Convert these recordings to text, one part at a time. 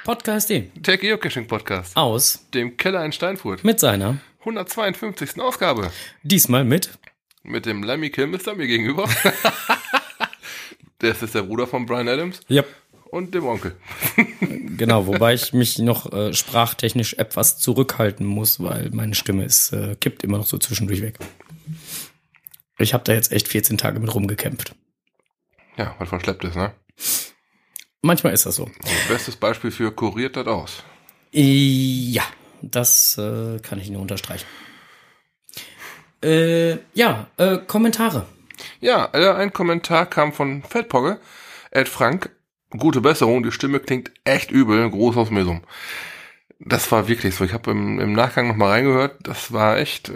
Podcast.de. Der Geocaching-Podcast. Aus Dem Keller in Steinfurt. mit seiner 152. Ausgabe. diesmal mit Dem Lemmy Kilmister mir gegenüber. Das ist der Bruder von Bryan Adams. Yep. Und dem Onkel. Genau, wobei ich mich noch sprachtechnisch etwas zurückhalten muss, weil meine Stimme kippt immer noch so zwischendurch weg. Ich habe da jetzt echt 14 Tage mit rumgekämpft. Ja, was verschleppt ist, ne? Manchmal ist das so. Also bestes Beispiel für kuriert das aus. Ja, das kann ich nur unterstreichen. Kommentare. Ja, ein Kommentar kam von Feldpogge. Frank, gute Besserung, die Stimme klingt echt übel, groß aus Mesum. Das war wirklich so. Ich habe im Nachgang nochmal reingehört. Das war echt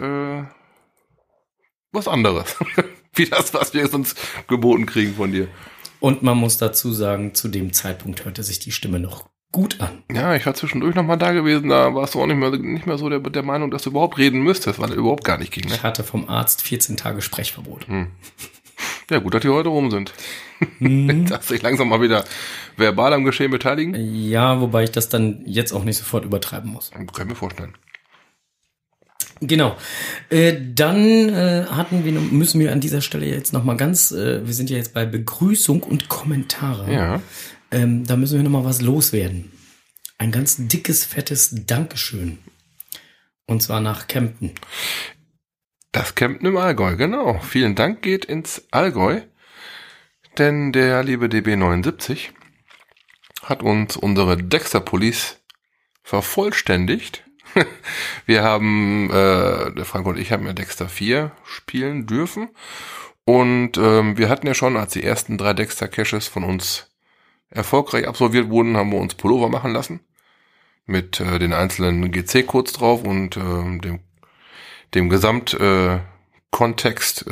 was anderes. Wie das, was wir sonst geboten kriegen von dir. Und man muss dazu sagen, zu dem Zeitpunkt hörte sich die Stimme noch gut an. Ja, ich war zwischendurch nochmal da gewesen, da warst du auch nicht mehr so der Meinung, dass du überhaupt reden müsstest, weil das überhaupt gar nicht ging. Ne? Ich hatte vom Arzt 14 Tage Sprechverbot. Ja, gut, dass die heute rum sind. Dass sich langsam mal wieder verbal am Geschehen beteiligen. Ja, wobei ich das dann jetzt auch nicht sofort übertreiben muss. Kann ich mir vorstellen. Genau. Dann müssen wir an dieser Stelle jetzt nochmal wir sind ja jetzt bei Begrüßung und Kommentare. Ja. Da müssen wir nochmal was loswerden. Ein ganz dickes, fettes Dankeschön. Und zwar nach Kempten. Das Kempten im Allgäu, genau. Vielen Dank geht ins Allgäu, denn der liebe DB79 hat uns unsere Dexter-Police vervollständigt. Wir haben, der Frank und ich haben ja Dexter 4 spielen dürfen und wir hatten ja schon, als die ersten 3 Dexter-Caches von uns erfolgreich absolviert wurden, haben wir uns Pullover machen lassen mit den einzelnen GC-Codes drauf und dem Gesamtkontext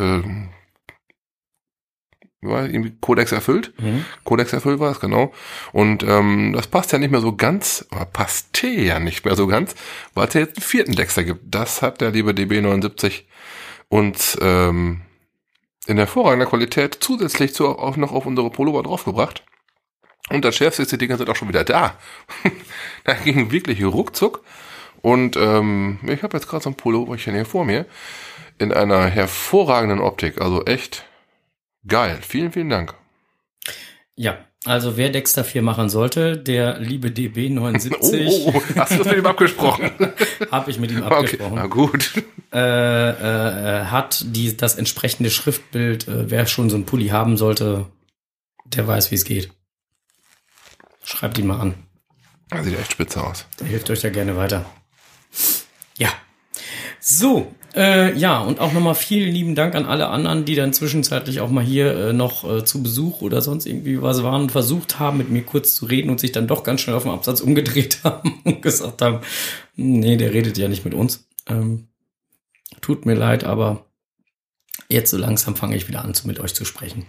irgendwie Codex erfüllt. Codex erfüllt war es, genau. Und das passt ja nicht mehr so ganz, oder passte ja nicht mehr so ganz, weil es ja jetzt einen 4. Dexter gibt. Das hat der liebe DB79 uns in hervorragender Qualität zusätzlich auch noch auf unsere Pullover draufgebracht. Und das Schärfste ist, die Dinger sind auch schon wieder da. Da ging wirklich ruckzuck. Und ich habe jetzt gerade so ein Pulloverchen hier vor mir in einer hervorragenden Optik. Also echt geil. Vielen, vielen Dank. Ja, also wer Dexter 4 machen sollte, der liebe DB79. Oh, hast du das mit ihm abgesprochen? Habe ich mit ihm abgesprochen. Okay, na gut. Hat das entsprechende Schriftbild. Wer schon so ein Pulli haben sollte, der weiß, wie es geht. Schreibt ihn mal an. Das sieht echt spitze aus. Der hilft euch ja gerne weiter. Ja. So, und auch nochmal vielen lieben Dank an alle anderen, die dann zwischenzeitlich auch mal hier noch zu Besuch oder sonst irgendwie was waren und versucht haben, mit mir kurz zu reden und sich dann doch ganz schnell auf den Absatz umgedreht haben und gesagt haben, nee, der redet ja nicht mit uns. Tut mir leid, aber jetzt so langsam fange ich wieder an, mit euch zu sprechen.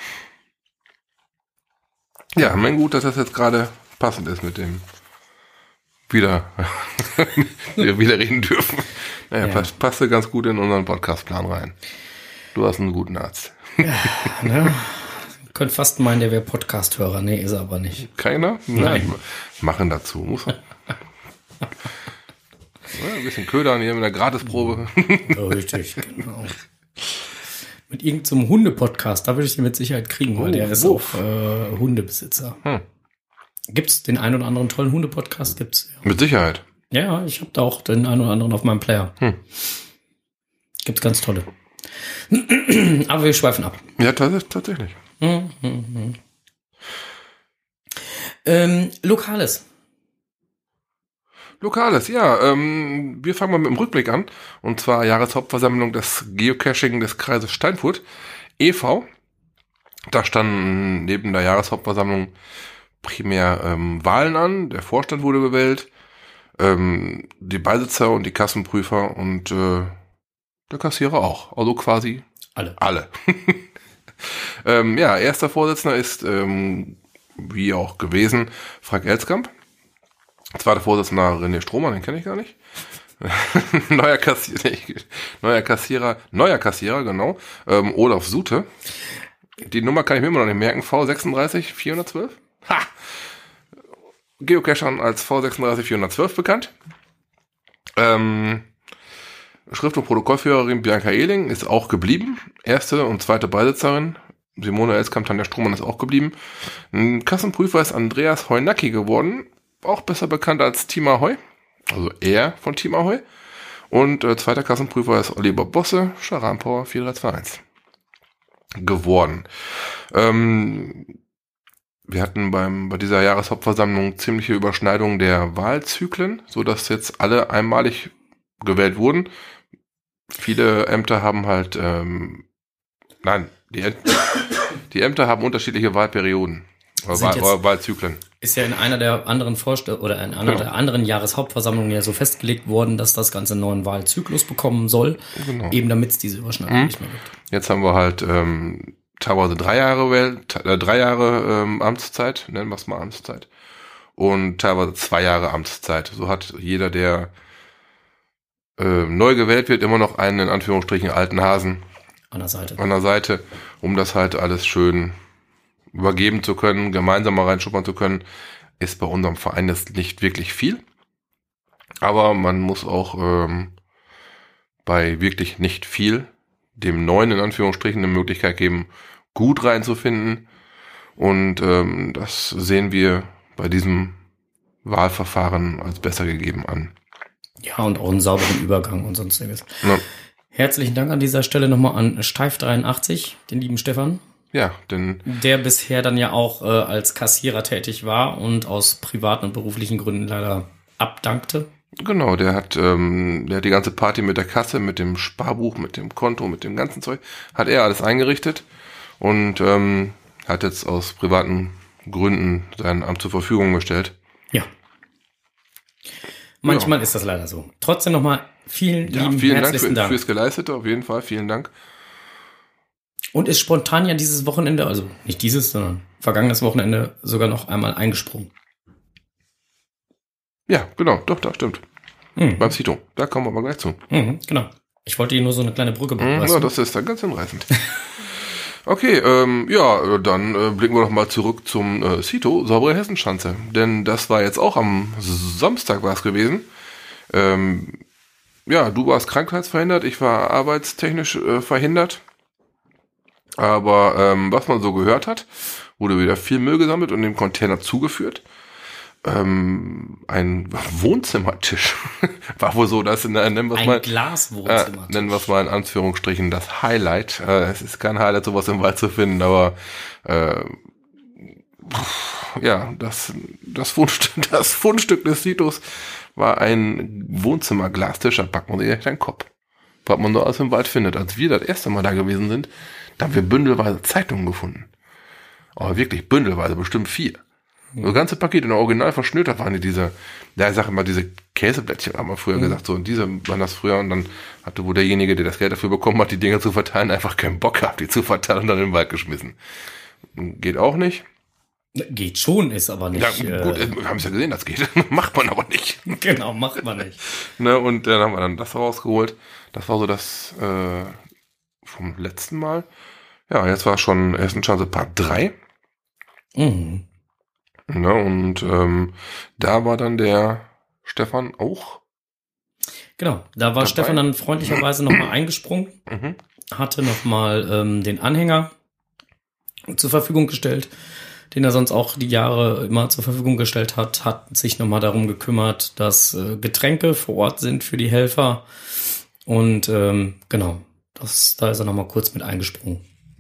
Ja, mein Gut, dass das jetzt gerade passend ist mit dem wir wieder reden dürfen. Naja, ja. Passte ganz gut in unseren Podcastplan rein. Du hast einen guten Arzt. Ja, ne? Könnt fast meinen, der wäre Podcast-Hörer. Nee, ist er aber nicht. Keiner? Nein. Machen dazu. Muss man. Ja, ein bisschen ködern hier mit der Gratisprobe. Richtig, genau. Mit irgendeinem Hunde-Podcast, da würde ich den mit Sicherheit kriegen, weil der ist auch Hundebesitzer. Gibt's den einen oder anderen tollen Hunde-Podcast? Gibt's. Ja. Mit Sicherheit. Ja, ich habe da auch den einen oder anderen auf meinem Player. Gibt's ganz tolle. Aber wir schweifen ab. Ja, tatsächlich. Lokales. Lokales, ja. Wir fangen mal mit dem Rückblick an. Und zwar Jahreshauptversammlung des Geocaching des Kreises Steinfurt e.V. Da standen neben der Jahreshauptversammlung primär Wahlen an. Der Vorstand wurde gewählt. Die Beisitzer und die Kassenprüfer und der Kassierer auch. Also quasi alle. Erster Vorsitzender ist, wie auch gewesen, Frank Elskamp. Zweiter Vorsitzender René Strohmann, den kenne ich gar nicht. Neuer Kassierer, genau. Olaf Sute. Die Nummer kann ich mir immer noch nicht merken. V36 412. Ha! Geocachern als V36412 bekannt. Schrift- und Protokollführerin Bianca Ehling ist auch geblieben. Erste und zweite Beisitzerin. Simone Elskamp, Tanja Strohmann ist auch geblieben. Ein Kassenprüfer ist Andreas Heunacki geworden. Auch besser bekannt als Team Ahoy. Also er von Team Ahoy. Und zweiter Kassenprüfer ist Oliver Bosse, Charan-Power 4321 geworden. Wir hatten bei dieser Jahreshauptversammlung ziemliche Überschneidung der Wahlzyklen, so dass jetzt alle einmalig gewählt wurden. Viele Ämter haben halt, die Ämter haben unterschiedliche Wahlperioden. Wahlzyklen. Ist ja in einer der anderen der anderen Jahreshauptversammlungen ja so festgelegt worden, dass das Ganze einen neuen Wahlzyklus bekommen soll, eben damit es diese Überschneidung nicht mehr gibt. Jetzt haben wir halt teilweise 3 Jahre Amtszeit, nennen wir es mal Amtszeit, und teilweise 2 Jahre Amtszeit. So hat jeder, der neu gewählt wird, immer noch einen in Anführungsstrichen alten Hasen an der Seite, um das halt alles schön übergeben zu können, gemeinsam mal reinschuppern zu können. Ist bei unserem Verein jetzt nicht wirklich viel. Aber man muss auch bei wirklich nicht viel dem Neuen in Anführungsstrichen eine Möglichkeit geben, gut reinzufinden. Und das sehen wir bei diesem Wahlverfahren als besser gegeben an. Ja, und auch einen sauberen Übergang und sonstiges. Ja. Herzlichen Dank an dieser Stelle nochmal an Steif83, den lieben Stefan. Ja, denn der bisher dann ja auch als Kassierer tätig war und aus privaten und beruflichen Gründen leider abdankte. Genau, der hat die ganze Party mit der Kasse, mit dem Sparbuch, mit dem Konto, mit dem ganzen Zeug, hat er alles eingerichtet und hat jetzt aus privaten Gründen sein Amt zur Verfügung gestellt. Ja. Manchmal ist das leider so. Trotzdem nochmal vielen herzlichen Dank fürs Geleistete, auf jeden Fall, vielen Dank. Und ist spontan ja dieses Wochenende, also nicht dieses, sondern vergangenes Wochenende sogar noch einmal eingesprungen. Ja, genau, doch, das stimmt. Beim Cito, da kommen wir aber gleich zu. Genau. Ich wollte hier nur so eine kleine Brücke bauen. Ja, das ist dann ganz hinreißend. Okay, dann blicken wir noch mal zurück zum Cito, saubere Hessenschanze. Denn das war jetzt auch am Samstag war es gewesen. Du warst krankheitsverhindert, ich war arbeitstechnisch verhindert. Aber was man so gehört hat, wurde wieder viel Müll gesammelt und dem Container zugeführt. Ein Wohnzimmertisch war wohl so, dass nennen wir es Glaswohnzimmertisch. Nennen wir es mal in Anführungsstrichen das Highlight. Es ist kein Highlight, sowas im Wald zu finden, aber das Fundstück des Citos war ein Wohnzimmerglastisch, da packt man sich echt einen Kopf. Was man so alles im Wald findet. Als wir das erste Mal da gewesen sind, da haben wir bündelweise Zeitungen gefunden. Aber wirklich bündelweise, bestimmt 4. So ganze Pakete, in der Original verschnürt, waren diese Käseblättchen, haben wir früher gesagt, so, und diese waren das früher, und dann hatte wohl derjenige, der das Geld dafür bekommen hat, die Dinger zu verteilen, einfach keinen Bock gehabt, die zu verteilen und dann in den Wald geschmissen. Geht auch nicht. Geht schon, ist aber nicht. Ja, gut, wir haben es ja gesehen, das geht. Macht man aber nicht. Genau, macht man nicht. Ne, und dann haben wir dann das rausgeholt. Das war so das vom letzten Mal. Ja, jetzt war schon Hessenschanze Part 3. Mhm. Ne, und da war dann der Stefan auch. Genau, da war dabei. Stefan dann freundlicherweise nochmal eingesprungen, hatte nochmal den Anhänger zur Verfügung gestellt, den er sonst auch die Jahre immer zur Verfügung gestellt hat sich nochmal darum gekümmert, dass Getränke vor Ort sind für die Helfer. Und genau, da ist er nochmal kurz mit eingesprungen.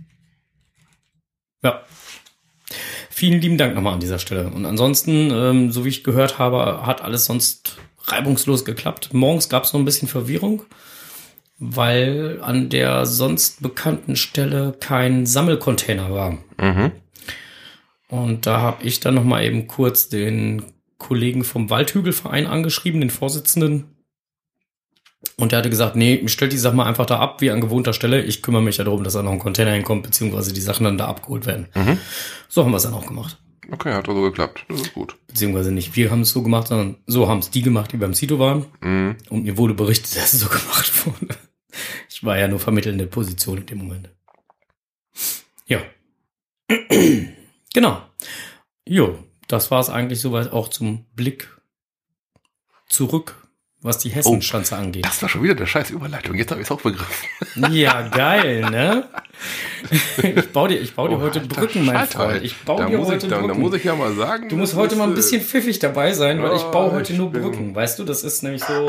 Ja. Vielen lieben Dank nochmal an dieser Stelle. Und ansonsten, so wie ich gehört habe, hat alles sonst reibungslos geklappt. Morgens gab es noch ein bisschen Verwirrung, weil an der sonst bekannten Stelle kein Sammelcontainer war. Und da habe ich dann nochmal eben kurz den Kollegen vom Waldhügelverein angeschrieben, den Vorsitzenden. Und der hatte gesagt, nee, stellt die Sache mal einfach da ab, wie an gewohnter Stelle. Ich kümmere mich ja darum, dass da noch ein Container hinkommt, beziehungsweise die Sachen dann da abgeholt werden. So haben wir es dann auch gemacht. Okay, hat also geklappt. Das ist gut. Beziehungsweise nicht wir haben es so gemacht, sondern so haben es die gemacht, die beim Cito waren. Und mir wurde berichtet, dass es so gemacht wurde. Ich war ja nur vermittelnde Position in dem Moment. Ja. Genau. Jo, das war es eigentlich soweit auch zum Blick zurück, was die Hessenschanze angeht. Das war schon wieder der scheiß Überleitung. Jetzt habe ich es auch begriffen. Ja, geil, ne? Ich baue dir heute Brücken, mein Freund. Ich baue dir heute Brücken. Da muss ich ja mal sagen. Du musst heute mal ein bisschen pfiffig dabei sein, weil ich baue heute nur Brücken. Weißt du, das ist nämlich so...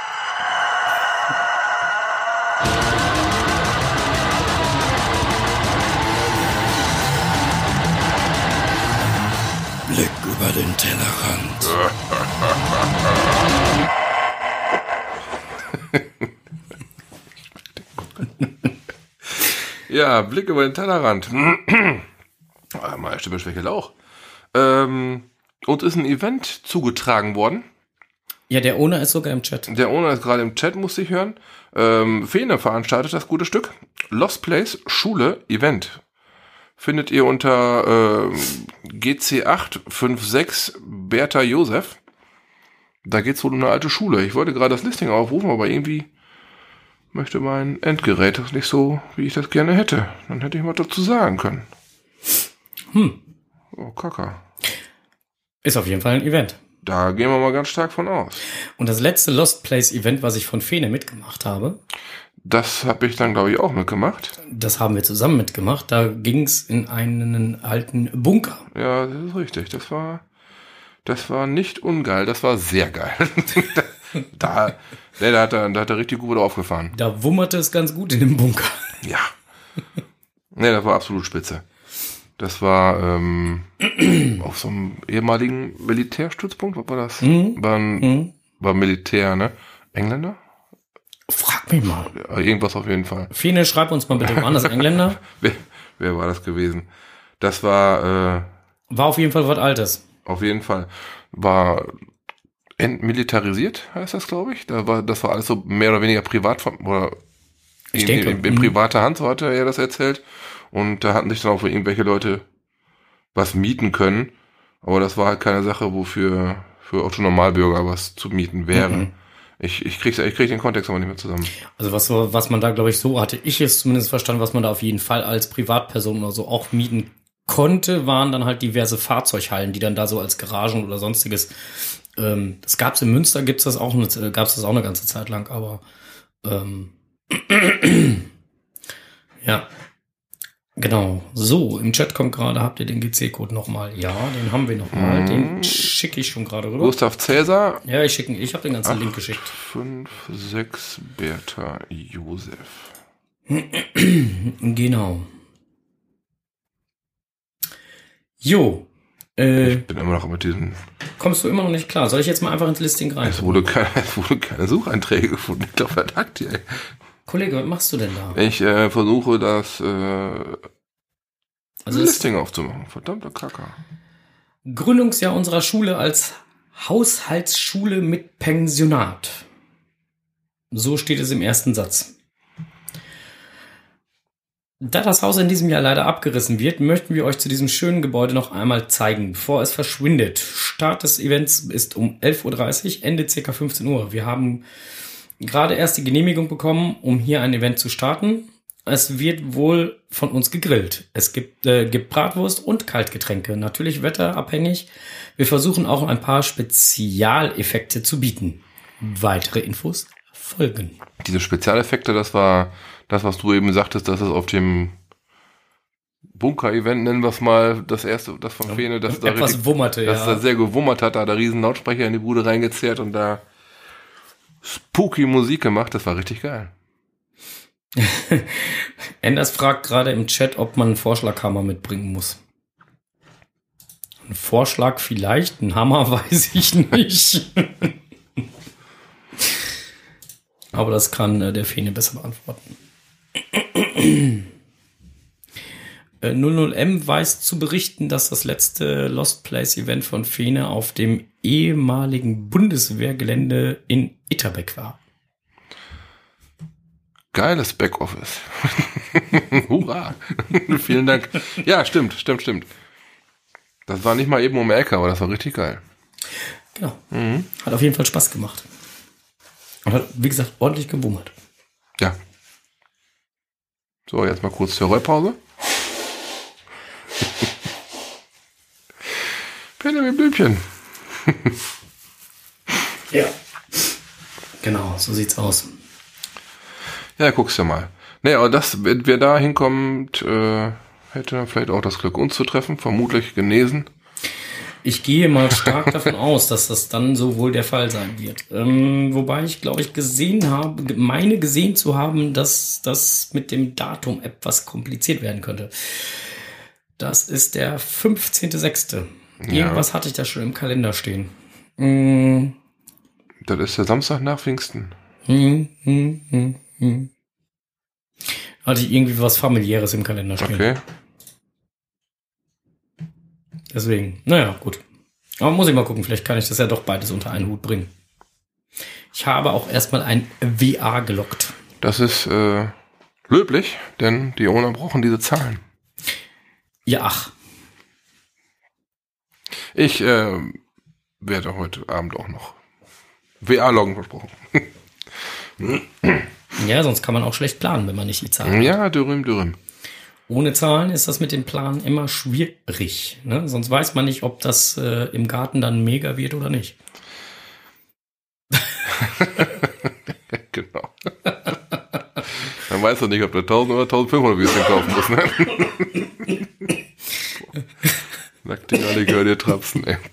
Blick über den Tellerrand. Ja, Blick über den Tellerrand. Meine Stimme schwächelt auch. Uns ist ein Event zugetragen worden. Ja, der Owner ist sogar im Chat. Der Owner ist gerade im Chat, musste ich hören. Fene veranstaltet das gute Stück. Lost Place Schule Event. Findet ihr unter GC856 Bertha Josef. Da geht's wohl um eine alte Schule. Ich wollte gerade das Listing aufrufen, aber irgendwie möchte mein Endgerät das nicht so, wie ich das gerne hätte. Dann hätte ich mal dazu sagen können. Oh, Kaka. Ist auf jeden Fall ein Event. Da gehen wir mal ganz stark von aus. Und das letzte Lost Place Event, was ich von Fene mitgemacht habe, das habe ich dann, glaube ich, auch mitgemacht. Das haben wir zusammen mitgemacht. Da ging's in einen alten Bunker. Ja, das ist richtig. Das war nicht ungeil, das war sehr geil. da hat er richtig gut aufgefahren. Da wummerte es ganz gut in dem Bunker. Ja. Nee, das war absolut spitze. Das war auf so einem ehemaligen Militärstützpunkt, was war das? War Militär, ne? Engländer? Frag mich mal. Ja, irgendwas auf jeden Fall. Fene, schreib uns mal bitte, waren das Engländer? Wer war das gewesen? Das war auf jeden Fall was Altes. Auf jeden Fall. War entmilitarisiert, heißt das, glaube ich. Das war alles so mehr oder weniger privat oder in privater Hand, so hatte er das erzählt. Und da hatten sich dann auch irgendwelche Leute was mieten können. Aber das war halt keine Sache, wofür für Otto-Normalbürger was zu mieten wäre. Ich krieg den Kontext aber nicht mehr zusammen. Also was man da, glaube ich, so hatte ich es zumindest verstanden, was man da auf jeden Fall als Privatperson oder so auch mieten konnte, waren dann halt diverse Fahrzeughallen, die dann da so als Garagen oder sonstiges. Das gab's in Münster, gab's das auch eine ganze Zeit lang, aber ja. Genau. So, im Chat kommt gerade, habt ihr den GC-Code nochmal? Ja, den haben wir nochmal. Den schicke ich schon gerade rüber. Gustav Cäsar. Ja, ich habe den ganzen Link geschickt. 5-6 Bertha Josef. Genau. Jo. Ich bin immer noch mit diesen... Kommst du immer noch nicht klar? Soll ich jetzt mal einfach ins Listing rein? Es wurde keine Sucheinträge gefunden. Ich glaube, verdammt, ey. Kollege, was machst du denn da? Ich versuche das Listing aufzumachen. Verdammter Kacker. Gründungsjahr unserer Schule als Haushaltsschule mit Pensionat. So steht es im ersten Satz. Da das Haus in diesem Jahr leider abgerissen wird, möchten wir euch zu diesem schönen Gebäude noch einmal zeigen, bevor es verschwindet. Start des Events ist um 11.30 Uhr, Ende ca. 15 Uhr. Wir haben gerade erst die Genehmigung bekommen, um hier ein Event zu starten. Es wird wohl von uns gegrillt. Es gibt Bratwurst und Kaltgetränke, natürlich wetterabhängig. Wir versuchen auch ein paar Spezialeffekte zu bieten. Weitere Infos folgen. Diese Spezialeffekte, das war das, was du eben sagtest, dass es auf dem Bunker-Event, nennen wir es mal, das erste, das von Fene, dass da etwas richtig, wummerte, dass da sehr gewummert hat, da riesen Lautsprecher in die Bude reingezerrt und da spooky Musik gemacht, das war richtig geil. Enders fragt gerade im Chat, ob man einen Vorschlaghammer mitbringen muss. Ein Vorschlag vielleicht, ein Hammer weiß ich nicht. Aber das kann der Fene besser beantworten. 00M weiß zu berichten, dass das letzte Lost Place Event von Fene auf dem ehemaligen Bundeswehrgelände in Itterbeck war. Geiles Backoffice. Hurra. Vielen Dank. Ja, stimmt. Das war nicht mal eben um die Ecke, aber das war richtig geil. Genau. Hat auf jeden Fall Spaß gemacht. Und hat, wie gesagt, ordentlich gewummert. Ja. So, jetzt mal kurz zur Rollpause. Benjamin Blümchen. Ja. Genau, so sieht's aus. Ja, guckst du mal. Nee, aber wenn wir da hinkommen, hätte er vielleicht auch das Glück, uns zu treffen, vermutlich genesen. Ich gehe mal stark davon aus, dass das dann so wohl der Fall sein wird. Wobei ich, glaube ich, gesehen zu haben, dass das mit dem Datum etwas kompliziert werden könnte. Das ist der 15.06. Irgendwas hatte ich da schon im Kalender stehen. Das ist der Samstag nach Pfingsten. Hatte ich irgendwie was Familiäres im Kalender stehen. Okay. Deswegen, naja, gut. Aber muss ich mal gucken, vielleicht kann ich das ja doch beides unter einen Hut bringen. Ich habe auch erstmal ein WA gelockt. Das ist löblich, denn die Owner brauchen diese Zahlen. Ja, ach. Ich werde heute Abend auch noch WA-Loggen versprochen. Ja, sonst kann man auch schlecht planen, wenn man nicht die Zahlen hat. Ja, dürüm. Ohne Zahlen ist das mit dem Planen immer schwierig. Ne? Sonst weiß man nicht, ob das im Garten dann mega wird oder nicht. Genau. Dann weißt du nicht, ob du 1000 oder 1500 Würstchen kaufen musst. Ne? Nackte Alligator, dir trapsen, ey.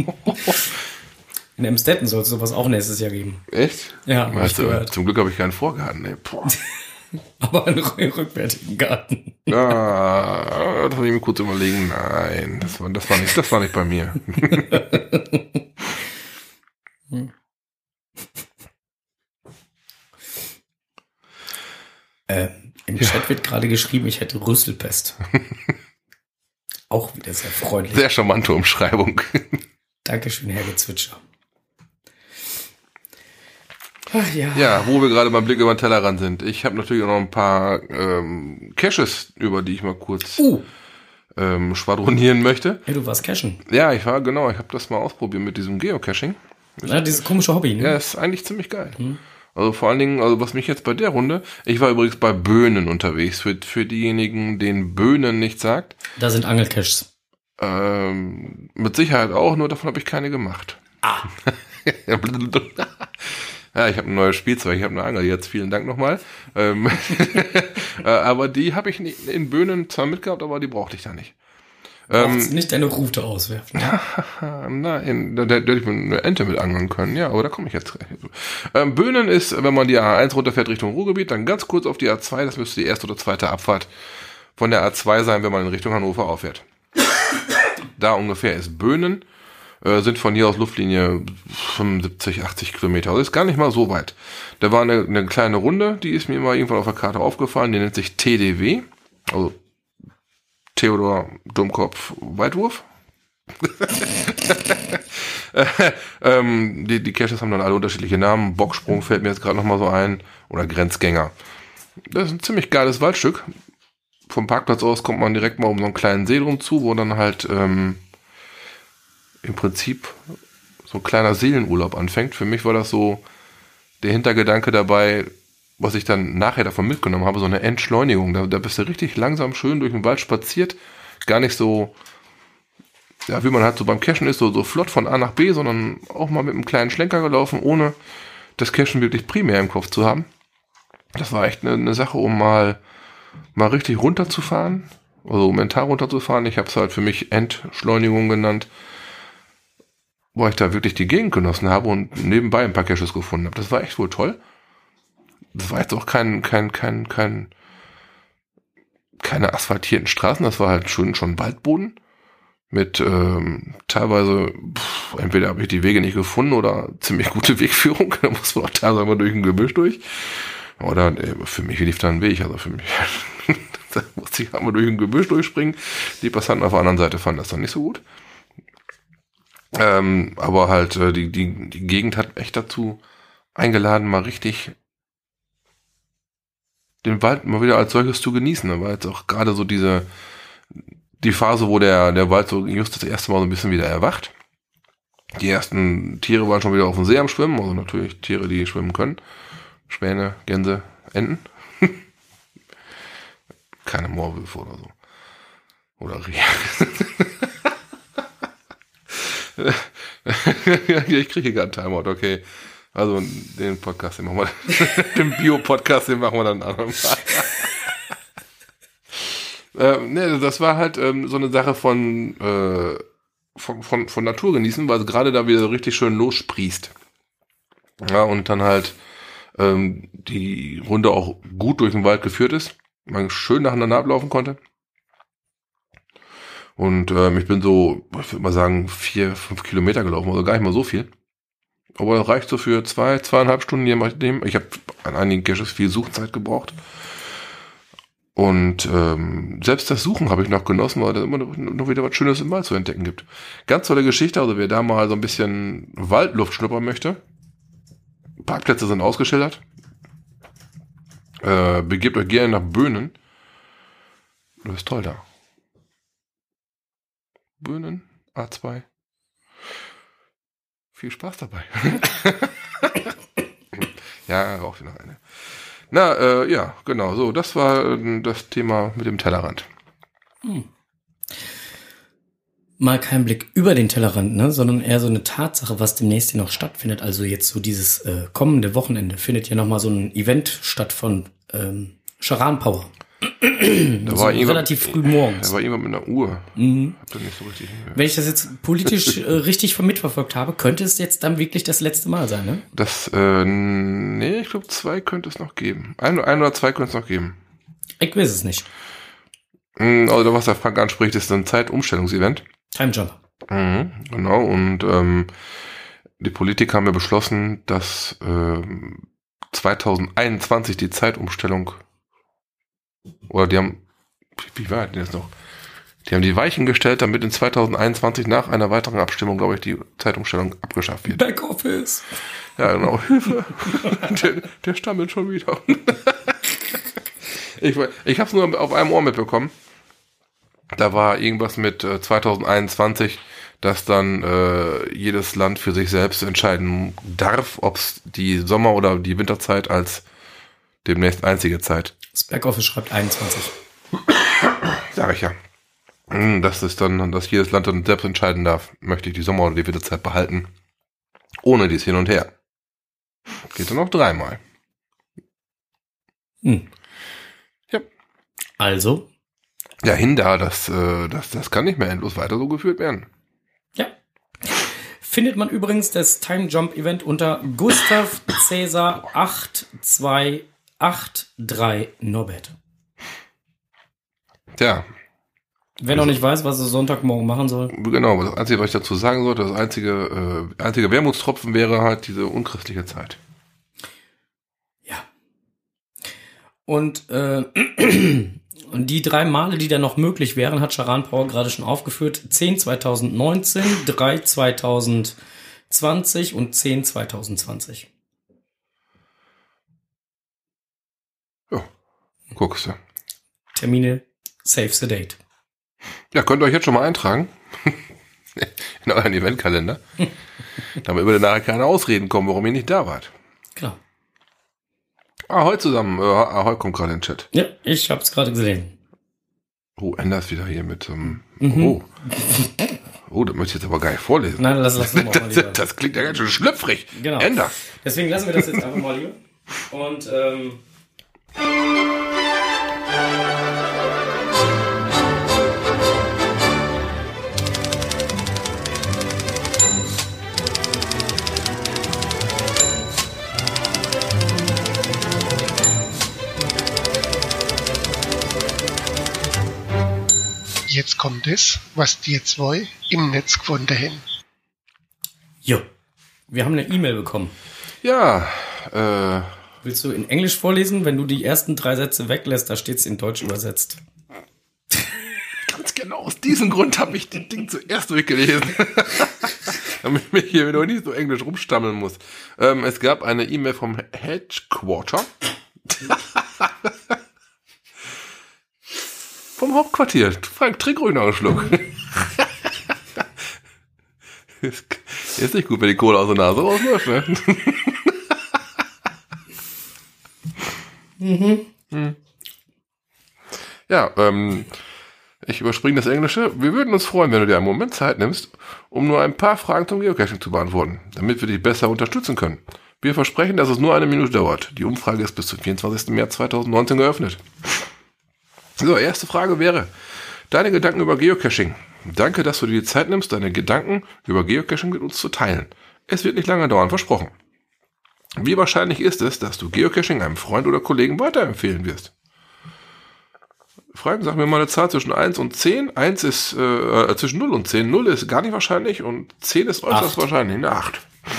In Emstetten soll es sowas auch nächstes Jahr geben. Echt? Ja, weißt du, zum Glück habe ich keinen Vorgarten, ey. Aber einen rückwärtigen Garten. Ah, das muss ich mir kurz überlegen. Nein, das war nicht bei mir. Im Chat wird gerade geschrieben, ich hätte Rüsselpest. Auch wieder sehr freundlich. Sehr charmante Umschreibung. Dankeschön, Herr Gezwitscher. Ach ja. Ja, wo wir gerade beim Blick über den Tellerrand sind. Ich habe natürlich auch noch ein paar Caches, über die ich mal kurz schwadronieren möchte. Ja, du warst cashen. Ja, ich habe das mal ausprobiert mit diesem Geocaching. Ja, dieses komische Hobby, ne? Ja, ist eigentlich ziemlich geil. Also vor allen Dingen, was mich jetzt bei der Runde, ich war übrigens bei Böhnen unterwegs, für diejenigen, denen Böhnen nicht sagt. Da sind Angelcaches. Mit Sicherheit auch, nur davon habe ich keine gemacht. Ah. Ja, ich habe ein neues Spielzeug, ich habe eine Angel jetzt, vielen Dank nochmal. Aber die habe ich in Böhnen zwar mitgehabt, aber die brauchte ich da nicht. Brauchst nicht deine Route auswerfen. Nein, da hätte ich eine Ente mit angeln können, ja, aber da komme ich jetzt. Böhnen ist, wenn man die A1 runterfährt Richtung Ruhrgebiet, dann ganz kurz auf die A2, das müsste die erste oder zweite Abfahrt von der A2 sein, wenn man in Richtung Hannover auffährt. Da ungefähr ist Böhnen, sind von hier aus Luftlinie 75, 80 Kilometer, also ist gar nicht mal so weit. Da war eine kleine Runde, die ist mir mal irgendwann auf der Karte aufgefallen, die nennt sich TDW, also Theodor Dummkopf Weitwurf. Die Caches haben dann alle unterschiedliche Namen. Bocksprung fällt mir jetzt gerade nochmal so ein. Oder Grenzgänger. Das ist ein ziemlich geiles Waldstück. Vom Parkplatz aus kommt man direkt mal um so einen kleinen See drum zu, wo dann halt im Prinzip so ein kleiner Seelenurlaub anfängt. Für mich war das so der Hintergedanke dabei, was ich dann nachher davon mitgenommen habe, so eine Entschleunigung. Da bist du richtig langsam schön durch den Wald spaziert. Gar nicht so, ja, wie man halt so beim Cashen ist, so flott von A nach B, sondern auch mal mit einem kleinen Schlenker gelaufen, ohne das Cashen wirklich primär im Kopf zu haben. Das war echt eine Sache, um mal richtig runterzufahren, also mental runterzufahren. Ich habe es halt für mich Entschleunigung genannt, wo ich da wirklich die Gegend genossen habe und nebenbei ein paar Caches gefunden habe. Das war echt wohl toll. Das war jetzt auch keine asphaltierten Straßen, das war halt schon Waldboden mit teilweise, entweder habe ich die Wege nicht gefunden oder ziemlich gute Wegführung, da muss man auch teilweise mal durch ein Gebüsch durch. Oder für mich lief da ein Weg, also für mich da musste ich einmal durch ein Gebüsch durchspringen. Die Passanten auf der anderen Seite fanden das dann nicht so gut. Aber halt die Gegend hat echt dazu eingeladen, mal richtig den Wald mal wieder als solches zu genießen. Da war jetzt auch gerade so die Phase, wo der Wald so just das erste Mal so ein bisschen wieder erwacht. Die ersten Tiere waren schon wieder auf dem See am Schwimmen, also natürlich Tiere, die schwimmen können. Schwäne, Gänse, Enten. Keine Moorwölfe oder so. Oder Rehe. Ich kriege gerade einen Timeout, okay. Also den Podcast, den machen wir, den Bio-Podcast, den machen wir dann an. Ne, das war halt so eine Sache von Natur genießen, weil es gerade da wieder so richtig schön lossprießt. Ja, und dann halt die Runde auch gut durch den Wald geführt ist. Man schön nacheinander ablaufen konnte. Und ich bin so, ich würde mal sagen, 4-5 Kilometer gelaufen, also gar nicht mal so viel. Aber das reicht so für 2,5 Stunden, je nachdem. Ich habe an einigen Caches viel Suchzeit gebraucht. Und selbst das Suchen habe ich noch genossen, weil da immer noch wieder was Schönes im Wald zu entdecken gibt. Ganz tolle Geschichte, also wer da mal so ein bisschen Waldluft schnuppern möchte. Parkplätze sind ausgeschildert. Begebt euch gerne nach Böhnen. Das ist toll da. Böhnen, A2. Viel Spaß dabei. Ja, raucht ihr noch eine. Na, ja, genau, so, das war das Thema mit dem Tellerrand. Mal kein Blick über den Tellerrand, ne, sondern eher so eine Tatsache, was demnächst hier noch stattfindet. Also jetzt so dieses kommende Wochenende findet ja nochmal so ein Event statt von Charan Power. Da war relativ früh morgens. Da war jemand mit einer Uhr. Hab das nicht so richtig hingehört. Wenn ich das jetzt politisch richtig mitverfolgt habe, könnte es jetzt dann wirklich das letzte Mal sein, ne? Nee, ich glaube 2 könnte es noch geben. Ein oder 2 könnte es noch geben. Ich weiß es nicht. Also was der Frank anspricht, ist ein Zeitumstellungsevent. Time Jump. Genau, und die Politiker haben ja beschlossen, dass 2021 die Zeitumstellung, oder die haben, wie war denn das noch? Die haben die Weichen gestellt, damit in 2021 nach einer weiteren Abstimmung, glaube ich, die Zeitumstellung abgeschafft wird. Backoffice. Ja, genau. Hilfe. der stammelt schon wieder. Ich habe es nur auf einem Ohr mitbekommen. Da war irgendwas mit 2021, dass dann jedes Land für sich selbst entscheiden darf, ob es die Sommer- oder die Winterzeit als demnächst einzige Zeit. Das Backoffice schreibt 21. Sag ich ja. Das ist dann, dass jedes Land dann selbst entscheiden darf, möchte ich die Sommer- oder die Winterzeit behalten. Ohne dies Hin und Her. Geht dann noch 3-mal. Ja. Also? Ja, das kann nicht mehr endlos weiter so geführt werden. Ja. Findet man übrigens das Time Jump Event unter Gustav Cäsar 8283 Norbert. Tja. Wer noch nicht weiß, was er Sonntagmorgen machen soll. Genau, das Einzige, was ich dazu sagen sollte, das einzige Wermutstropfen wäre halt diese unchristliche Zeit. Ja. Und die 3 Male, die da noch möglich wären, hat Charan Power gerade schon aufgeführt. 10 2019, 3 2020 und 10 2020. Ja, guckst du. Termine, save the date. Ja, könnt ihr euch jetzt schon mal eintragen. In euren Eventkalender. Damit würde nachher keine Ausreden kommen, warum ihr nicht da wart. Klar. Ahoi zusammen. Ahoi kommt gerade in den Chat. Ja, ich hab's gerade gesehen. Oh, Anders wieder hier mit Oh, das möchte ich jetzt aber gar nicht vorlesen. Nein, lass mal lieber. Das klingt ja ganz schön schlüpfrig. Genau. Ender. Deswegen lassen wir das jetzt einfach mal hier. Und jetzt kommt es, was die 2 im Netz gefunden haben. jo, wir haben eine E-Mail bekommen. Ja, Willst du in Englisch vorlesen? Wenn du die ersten 3 Sätze weglässt, da steht's in Deutsch übersetzt. ganz genau aus diesem Grund habe ich das Ding zuerst durchgelesen. Damit ich mich hier wieder nicht so englisch rumstammeln muss. Es gab eine E-Mail vom Headquarter. Vom Hauptquartier. Frank, trink ruhig noch einen Schluck. Ist nicht gut, wenn die Kohle aus der Nase rausläuft, ne? Ja, Ich überspringe das Englische. Wir würden uns freuen, wenn du dir einen Moment Zeit nimmst, um nur ein paar Fragen zum Geocaching zu beantworten, damit wir dich besser unterstützen können. Wir versprechen, dass es nur 1 Minute dauert. Die Umfrage ist bis zum 24. März 2019 geöffnet. So, erste Frage wäre, deine Gedanken über Geocaching. Danke, dass du dir die Zeit nimmst, deine Gedanken über Geocaching mit uns zu teilen. Es wird nicht lange dauern, versprochen. Wie wahrscheinlich ist es, dass du Geocaching einem Freund oder Kollegen weiterempfehlen wirst? Fragen, sag mir mal eine Zahl zwischen 1 und 10. 1 ist zwischen 0 und 10. 0 ist gar nicht wahrscheinlich und 10 ist äußerst wahrscheinlich. Eine 8.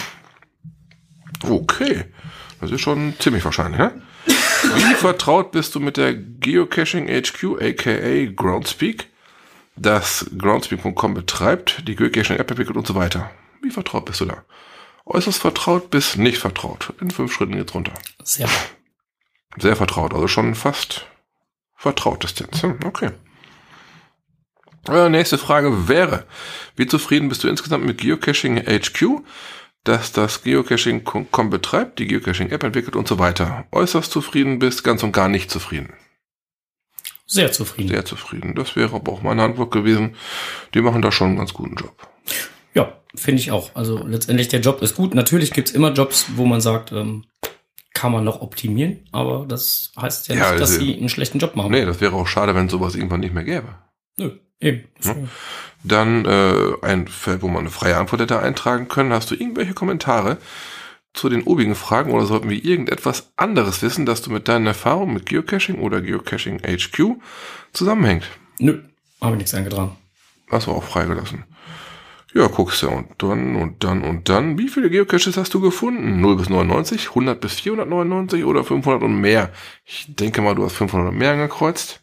Okay, das ist schon ziemlich wahrscheinlich, ne? Wie vertraut bist du mit der Geocaching HQ, aka Groundspeak, das Groundspeak.com betreibt, die Geocaching App entwickelt und so weiter? Wie vertraut bist du da? Äußerst vertraut bis nicht vertraut. In 5 Schritten geht's runter. Sehr vertraut, also schon fast Vertrautdistanz. Okay. Nächste Frage wäre, wie zufrieden bist du insgesamt mit Geocaching HQ, dass das Geocaching.com betreibt, die Geocaching-App entwickelt und so weiter? Äußerst zufrieden bist, ganz und gar nicht zufrieden? Sehr zufrieden. Sehr zufrieden. Das wäre aber auch meine Antwort gewesen. Die machen da schon einen ganz guten Job. Ja, finde ich auch. Also letztendlich der Job ist gut. Natürlich gibt's immer Jobs, wo man sagt, kann man noch optimieren, aber das heißt ja nicht, dass sie einen schlechten Job machen. Nee, das wäre auch schade, wenn sowas irgendwann nicht mehr gäbe. Nö, eben. Ja. Dann ein Feld, wo man eine freie Antwort hätte eintragen können. Hast du irgendwelche Kommentare zu den obigen Fragen oder sollten wir irgendetwas anderes wissen, dass du mit deinen Erfahrungen mit Geocaching oder Geocaching HQ zusammenhängt? Nö, habe ich nichts eingetragen. Hast du auch freigelassen. Ja, guckst du und dann. Wie viele Geocaches hast du gefunden? 0 bis 99, 100 bis 499 oder 500 und mehr? Ich denke mal, du hast 500 und mehr angekreuzt.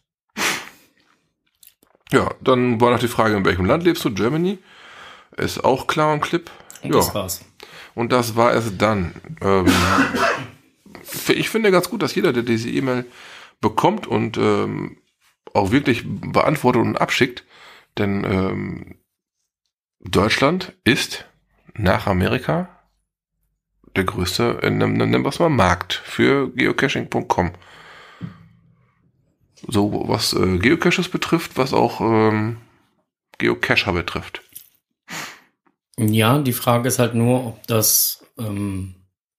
Ja, dann war noch die Frage, in welchem Land lebst du? Germany. Ist auch klar und klipp. Und das war's. Und das war es dann. Ich finde ganz gut, dass jeder, der diese E-Mail bekommt und auch wirklich beantwortet und abschickt, denn Deutschland ist nach Amerika der größte, nennen wir es mal, Markt für geocaching.com. So was Geocaches betrifft, was auch Geocacher betrifft. Ja, die Frage ist halt nur, ob das in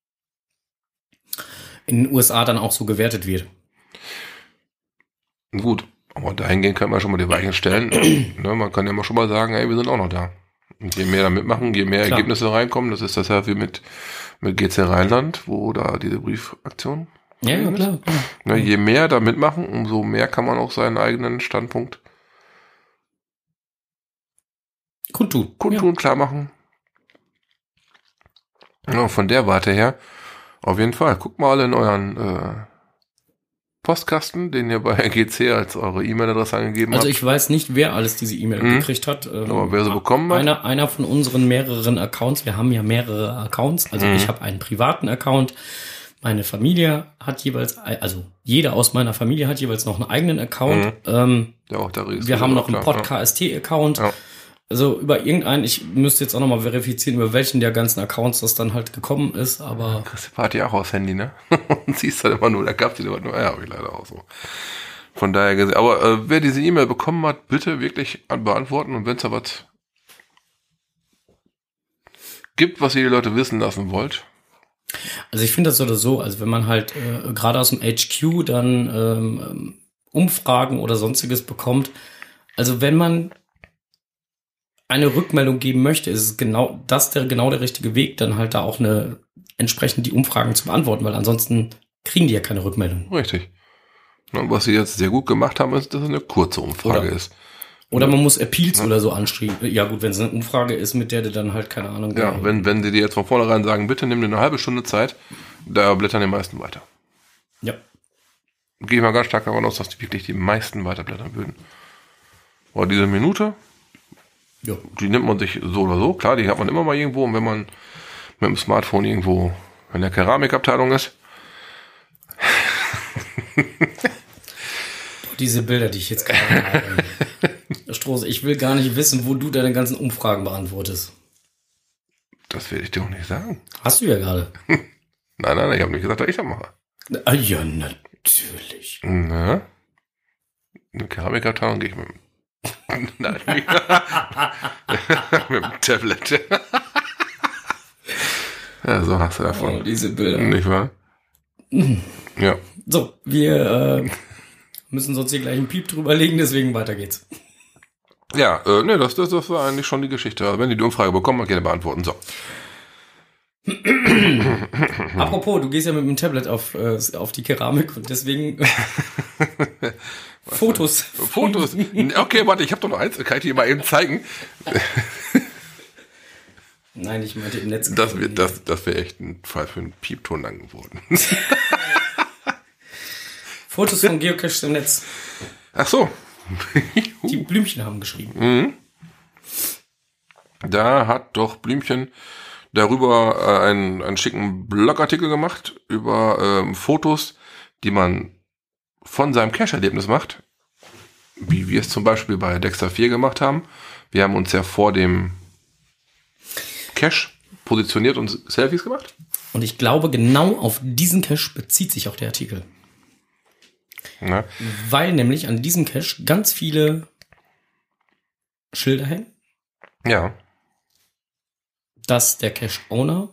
den USA dann auch so gewertet wird. Gut, aber dahingehend kann man schon mal die Weichen stellen. Ne, man kann ja mal schon mal sagen, ey, wir sind auch noch da. Und je mehr da mitmachen, je mehr Ergebnisse reinkommen, das ist das ja wie mit GC Rheinland, wo da diese Briefaktion. Ja, klar. Ne, je mehr da mitmachen, umso mehr kann man auch seinen eigenen Standpunkt kundtun, klar machen. Ja, von der Warte her, auf jeden Fall, guckt mal alle in euren Postkasten, den ihr bei GC als eure E-Mail-Adresse angegeben habt. Also ich weiß nicht, wer alles diese E-Mail gekriegt hat. Aber wer sie bekommen hat? Einer von unseren mehreren Accounts, wir haben ja mehrere Accounts, also ich habe einen privaten Account, meine Familie hat jeweils, also jeder aus meiner Familie hat jeweils noch einen eigenen Account. Ja, auch da wir haben noch einen Podcast-Account. Ja. Also über irgendeinen, ich müsste jetzt auch nochmal verifizieren, über welchen der ganzen Accounts das dann halt gekommen ist, aber... Kriegst du Party auch aufs Handy, ne? Und siehst halt immer nur, da gab's die immer nur, ja, habe ich leider auch so. Von daher gesehen, aber wer diese E-Mail bekommen hat, bitte wirklich beantworten und wenn es da was gibt, was ihr die Leute wissen lassen wollt. Also ich finde das oder so, also wenn man halt gerade aus dem HQ dann Umfragen oder sonstiges bekommt, also wenn man eine Rückmeldung geben möchte, ist es genau der richtige Weg, dann halt da auch entsprechend die Umfragen zu beantworten, weil ansonsten kriegen die ja keine Rückmeldung. Richtig. Und was sie jetzt sehr gut gemacht haben, ist, dass es eine kurze Umfrage ist. Oder man muss Appeals oder so anschreiben. Ja gut, wenn es eine Umfrage ist, mit der du dann halt, keine Ahnung... Ja, wenn sie dir jetzt von vornherein sagen, bitte nimm dir eine halbe Stunde Zeit, da blättern die meisten weiter. Ja. Gehe ich mal ganz stark davon aus, dass die wirklich die meisten weiterblättern würden. Aber diese Minute... Ja. Die nimmt man sich so oder so. Klar, die hat man immer mal irgendwo. Und wenn man mit dem Smartphone irgendwo in der Keramikabteilung ist. Diese Bilder, die ich jetzt gerade habe. Stroß, ich will gar nicht wissen, wo du deine ganzen Umfragen beantwortest. Das werde ich dir auch nicht sagen. Hast du ja gerade. Nein, ich habe nicht gesagt, dass ich das mache. Ah, ja, natürlich. Na? In der Keramikabteilung gehe ich mit Nein. Mit dem Tablet. Ja, so hast du davon. Oh, diese Bilder. Nicht wahr? Ja. So, wir müssen sonst hier gleich einen Piep drüber legen, deswegen weiter geht's. Ja, ne, das war eigentlich schon die Geschichte. Also, wenn die Umfrage bekommen, man gerne beantworten. So. Apropos, du gehst ja mit dem Tablet auf die Keramik und deswegen Fotos. Fotos. Okay, warte, ich habe doch noch eins. Kann ich dir mal eben zeigen? Nein, ich meinte im Netz. Das wäre echt ein Fall für einen Piepton lang geworden. Fotos von Geocaches im Netz. Ach so. Die Blümchen haben geschrieben. Da hat doch Blümchen darüber einen schicken Blogartikel gemacht über Fotos, die man von seinem Cache-Erlebnis macht, wie wir es zum Beispiel bei Dexter 4 gemacht haben. Wir haben uns ja vor dem Cache positioniert und Selfies gemacht. Und ich glaube, genau auf diesen Cache bezieht sich auch der Artikel. Na? Weil nämlich an diesem Cache ganz viele Schilder hängen, Ja. dass der Cache-Owner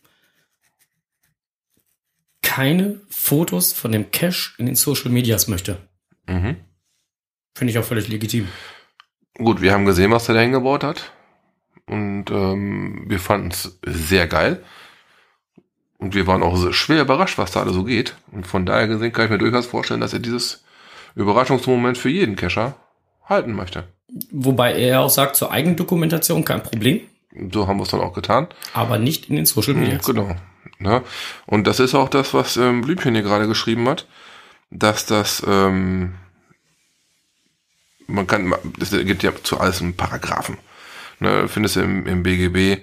keine Fotos von dem Cache in den Social Medias möchte. Mhm. Finde ich auch völlig legitim. Gut, wir haben gesehen, was er da hingebaut hat. Und wir fanden es sehr geil. Und wir waren auch schwer überrascht, was da alles so geht. Und von daher gesehen kann ich mir durchaus vorstellen, dass er dieses Überraschungsmoment für jeden Cacher halten möchte. Wobei er auch sagt, zur Eigendokumentation kein Problem, So haben wir es dann auch getan. aber nicht in den Social Medias. Genau. Ja. Und das ist auch das, was Blümchen hier gerade geschrieben hat, dass das das gibt ja zu alles einen Paragraphen. Ne, findest du im BGB.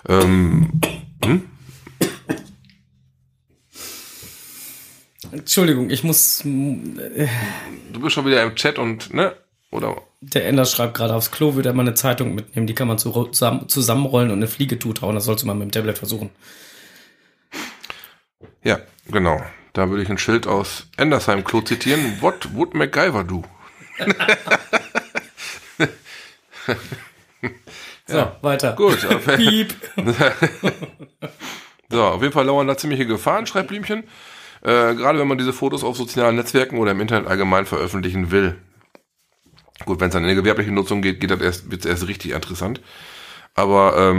Entschuldigung, ich muss. Du bist schon wieder im Chat und, ne? Oder? Der Ender schreibt gerade, aufs Klo würde er mal eine Zeitung mitnehmen, die kann man zusammenrollen und eine Fliege zutrauen. Das sollst du mal mit dem Tablet versuchen. Ja, genau. Da würde ich ein Schild aus Endersheim Klo zitieren. What would MacGyver do? So, weiter. Gut. Piep. So, auf jeden Fall lauern da ziemliche Gefahren, schreibt Blümchen. Gerade wenn man diese Fotos auf sozialen Netzwerken oder im Internet allgemein veröffentlichen will. Gut, wenn es dann in eine gewerbliche Nutzung geht, wird es erst richtig interessant. Aber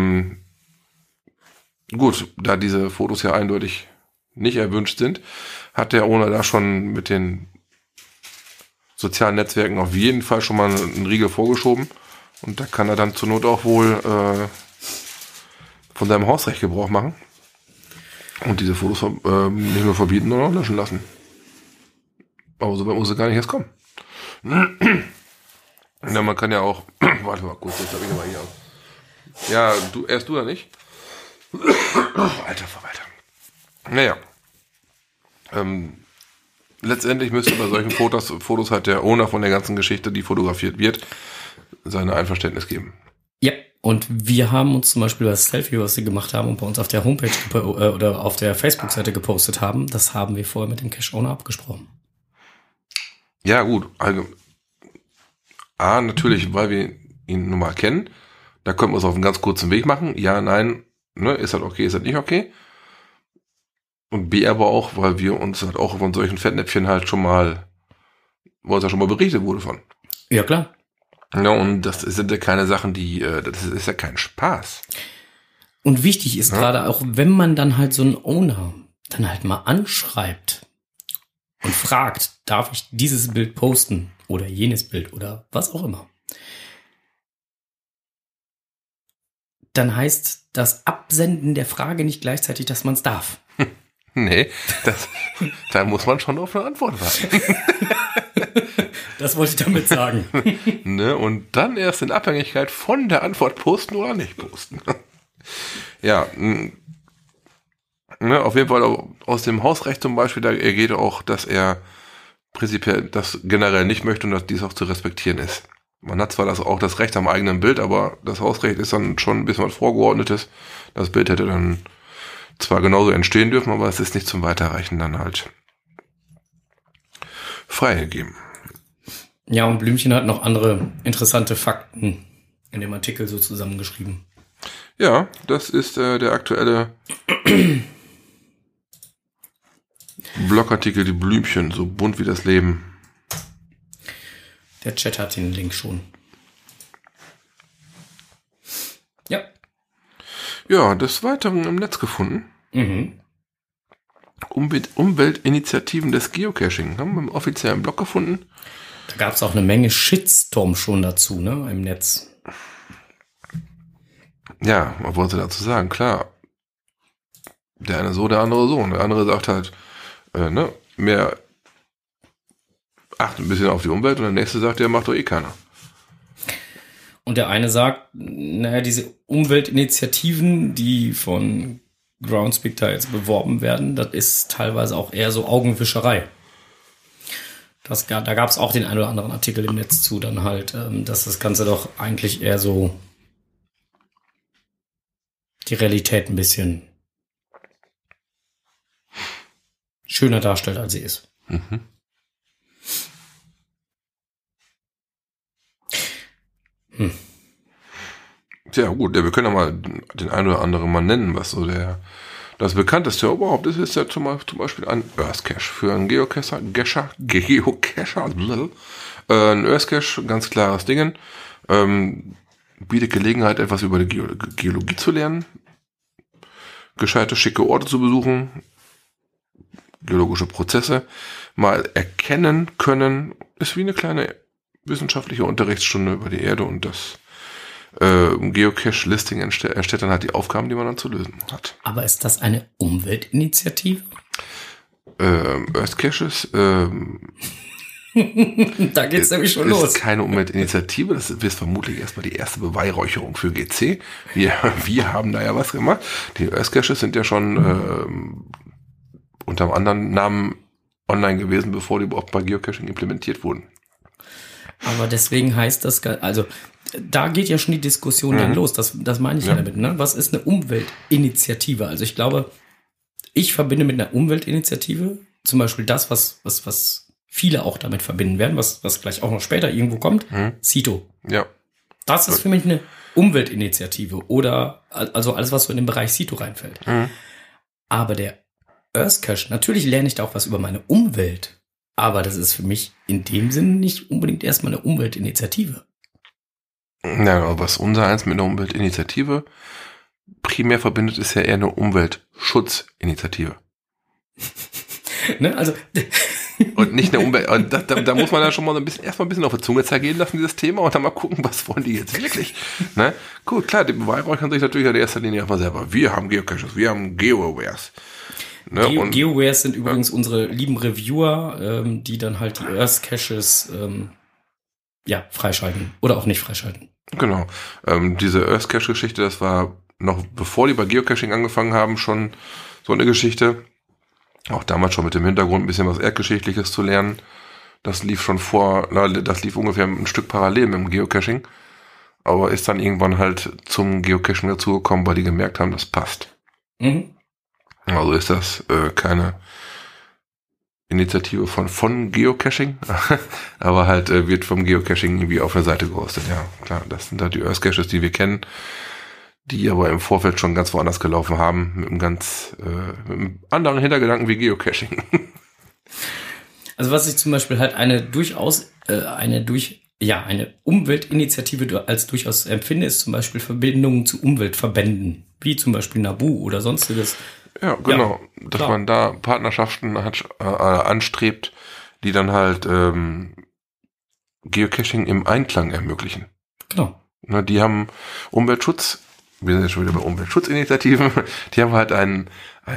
gut, da diese Fotos ja eindeutig nicht erwünscht sind, hat der Owner da schon mit den sozialen Netzwerken auf jeden Fall schon mal einen Riegel vorgeschoben. Und da kann er dann zur Not auch wohl von seinem Hausrecht Gebrauch machen. Und diese Fotos nicht nur verbieten, sondern auch löschen lassen. Aber so weit muss es gar nicht erst kommen. Ja, man kann ja auch... Warte mal kurz, jetzt habe ich aber hier... Ja, erst du oder nicht? Alter Verwalter. Naja. Letztendlich müsste bei solchen Fotos halt der Owner von der ganzen Geschichte, die fotografiert wird, sein Einverständnis geben. Ja, und wir haben uns zum Beispiel das Selfie, was wir gemacht haben und bei uns auf der Homepage oder auf der Facebook-Seite gepostet haben, das haben wir vorher mit dem Cache-Owner abgesprochen. Ja, gut. Also, natürlich, weil wir ihn nun mal kennen. Da können wir es auf einen ganz kurzen Weg machen. Ja, nein, ne, ist halt okay, ist halt nicht okay. Und B aber auch, weil wir uns halt auch von solchen Fettnäpfchen halt schon mal, wo uns ja schon mal berichtet wurde von. Ja, klar. Ja, und das sind ja keine Sachen, das ist ja kein Spaß. Und wichtig ist gerade auch, wenn man dann halt so einen Owner dann halt mal anschreibt und fragt, darf ich dieses Bild posten oder jenes Bild oder was auch immer, dann heißt das Absenden der Frage nicht gleichzeitig, dass man es darf. Nee, da muss man schon auf eine Antwort warten. Das wollte ich damit sagen. Ne, und dann erst in Abhängigkeit von der Antwort posten oder nicht posten. Ja, ne, auf jeden Fall aus dem Hausrecht zum Beispiel, da ergeht auch, dass er prinzipiell das generell nicht möchte und dass dies auch zu respektieren ist. Man hat zwar auch das Recht am eigenen Bild, aber das Hausrecht ist dann schon ein bisschen was Vorgeordnetes. Das Bild hätte dann zwar genauso entstehen dürfen, aber es ist nicht zum Weiterreichen dann halt freigegeben. Ja, und Blümchen hat noch andere interessante Fakten in dem Artikel so zusammengeschrieben. Ja, das ist der aktuelle Blogartikel, die Blümchen, so bunt wie das Leben. Der Chat hat den Link schon. Ja. Ja, des Weiteren im Netz gefunden. Umweltinitiativen des Geocaching. Haben wir im offiziellen Blog gefunden. Da gab es auch eine Menge Shitstorm schon dazu, ne, im Netz. Ja, was wollen Sie dazu sagen? Klar. Der eine so, der andere so. Und der andere sagt halt, mehr acht ein bisschen auf die Umwelt. Und der nächste sagt, der macht doch eh keiner. Und der eine sagt, naja, diese Umweltinitiativen, die von Groundspeak da jetzt beworben werden, das ist teilweise auch eher so Augenwischerei. Da gab es auch den einen oder anderen Artikel im Netz zu, dann halt, dass das Ganze doch eigentlich eher so die Realität ein bisschen schöner darstellt, als sie ist. Tja, gut, wir können ja mal den einen oder anderen mal nennen, was so das bekannteste überhaupt ist ja zum Beispiel ein Earthcache. Für einen Geocacher, ein Earthcache, ganz klares Ding, bietet Gelegenheit, etwas über die Geologie zu lernen, gescheite, schicke Orte zu besuchen, geologische Prozesse mal erkennen können, ist wie eine kleine wissenschaftliche Unterrichtsstunde über die Erde, und das Geocache-Listing erstellt dann halt die Aufgaben, die man dann zu lösen hat. Aber ist das eine Umweltinitiative? Earthcaches, Da geht's nämlich schon los. Ist keine Umweltinitiative, das ist vermutlich erstmal die erste Beweihräucherung für GC. Wir haben da ja was gemacht. Die Earthcaches sind ja schon unter einem anderen Namen online gewesen, bevor die überhaupt bei Geocaching implementiert wurden. Aber deswegen heißt das, also da geht ja schon die Diskussion dann los. Das meine ich ja damit. Ne? Was ist eine Umweltinitiative? Also ich glaube, ich verbinde mit einer Umweltinitiative zum Beispiel das, was viele auch damit verbinden werden, was gleich auch noch später irgendwo kommt, CITO. Ja. Das ist für mich eine Umweltinitiative oder also alles, was so in den Bereich CITO reinfällt. Aber der Earthcache, natürlich lerne ich da auch was über meine Umwelt, aber das ist für mich in dem Sinne nicht unbedingt erstmal eine Umweltinitiative. Ja, was unser eins mit einer Umweltinitiative primär verbindet, ist ja eher eine Umweltschutzinitiative. Ne, also und nicht eine Umwelt. Und da muss man ja schon mal erstmal ein bisschen auf die Zunge zergehen lassen, dieses Thema, und dann mal gucken, was wollen die jetzt wirklich. Ne? Gut, klar, die beweihräuchern sich natürlich in erster Linie erstmal selber. Wir haben Geocaches, wir haben GeoAwares. Ne? GeoAwares sind übrigens unsere lieben Reviewer, die dann halt die Earthcaches freischalten oder auch nicht freischalten. Genau. Diese Earthcache-Geschichte, das war noch bevor die bei Geocaching angefangen haben, schon so eine Geschichte. Auch damals schon mit dem Hintergrund ein bisschen was Erdgeschichtliches zu lernen. Das lief ungefähr ein Stück parallel mit dem Geocaching. Aber ist dann irgendwann halt zum Geocaching dazugekommen, weil die gemerkt haben, das passt. Also ist das keine Initiative von Geocaching, aber halt wird vom Geocaching irgendwie auf eine Seite gehostet. Ja, klar, das sind halt die Earthcaches, die wir kennen, die aber im Vorfeld schon ganz woanders gelaufen haben, mit einem anderen Hintergedanken wie Geocaching. Also was ich zum Beispiel halt eine Umweltinitiative als durchaus empfinde, ist zum Beispiel Verbindungen zu Umweltverbänden, wie zum Beispiel NABU oder sonstiges. Ja, genau. Ja, dass man da Partnerschaften anstrebt, die dann halt Geocaching im Einklang ermöglichen. Genau. Na, die haben Umweltschutz, wir sind ja schon wieder bei Umweltschutzinitiativen, die haben halt ein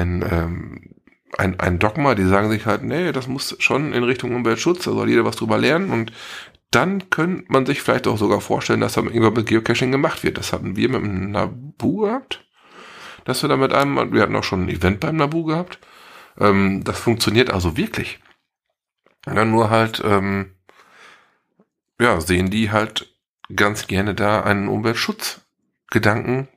Dogma, die sagen sich halt, nee, das muss schon in Richtung Umweltschutz, da soll jeder was drüber lernen, und dann könnte man sich vielleicht auch sogar vorstellen, dass da irgendwann mit Geocaching gemacht wird. Das hatten wir mit dem NABU gehabt. Dass wir da wir hatten auch schon ein Event beim NABU gehabt. Das funktioniert also wirklich. Ja, nur halt, sehen die halt ganz gerne da einen Umweltschutzgedanken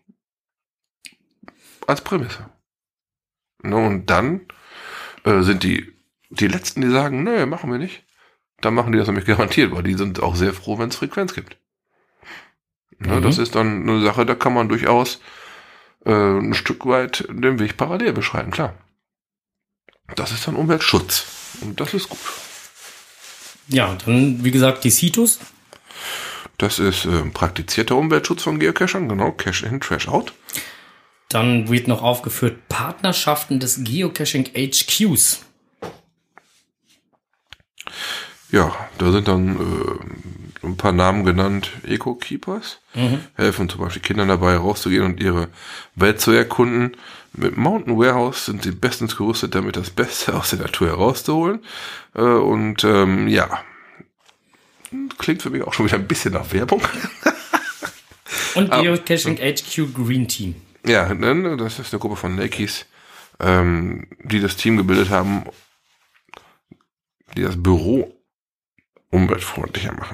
als Prämisse. Und dann sind die Letzten, die sagen, nö, machen wir nicht. dann machen die das nämlich garantiert, weil die sind auch sehr froh, wenn es Frequenz gibt. Ne, das ist dann eine Sache, da kann man durchaus ein Stück weit den Weg parallel beschreiten, klar. Das ist dann Umweltschutz. Und das ist gut. Ja, dann, wie gesagt, die Citus. Das ist praktizierter Umweltschutz von Geocachern, genau, Cache-in, Trash-out. Dann wird noch aufgeführt Partnerschaften des Geocaching HQs. Ja, da sind dann ein paar Namen genannt. Eco-Keepers helfen zum Beispiel Kindern dabei, rauszugehen und ihre Welt zu erkunden. Mit Mountain Warehouse sind sie bestens gerüstet, damit das Beste aus der Natur herauszuholen. Ja, klingt für mich auch schon wieder ein bisschen nach Werbung. Und Geocaching HQ Green Team. Ja, das ist eine Gruppe von Lakies, die das Team gebildet haben, die das Büro umweltfreundlicher machen.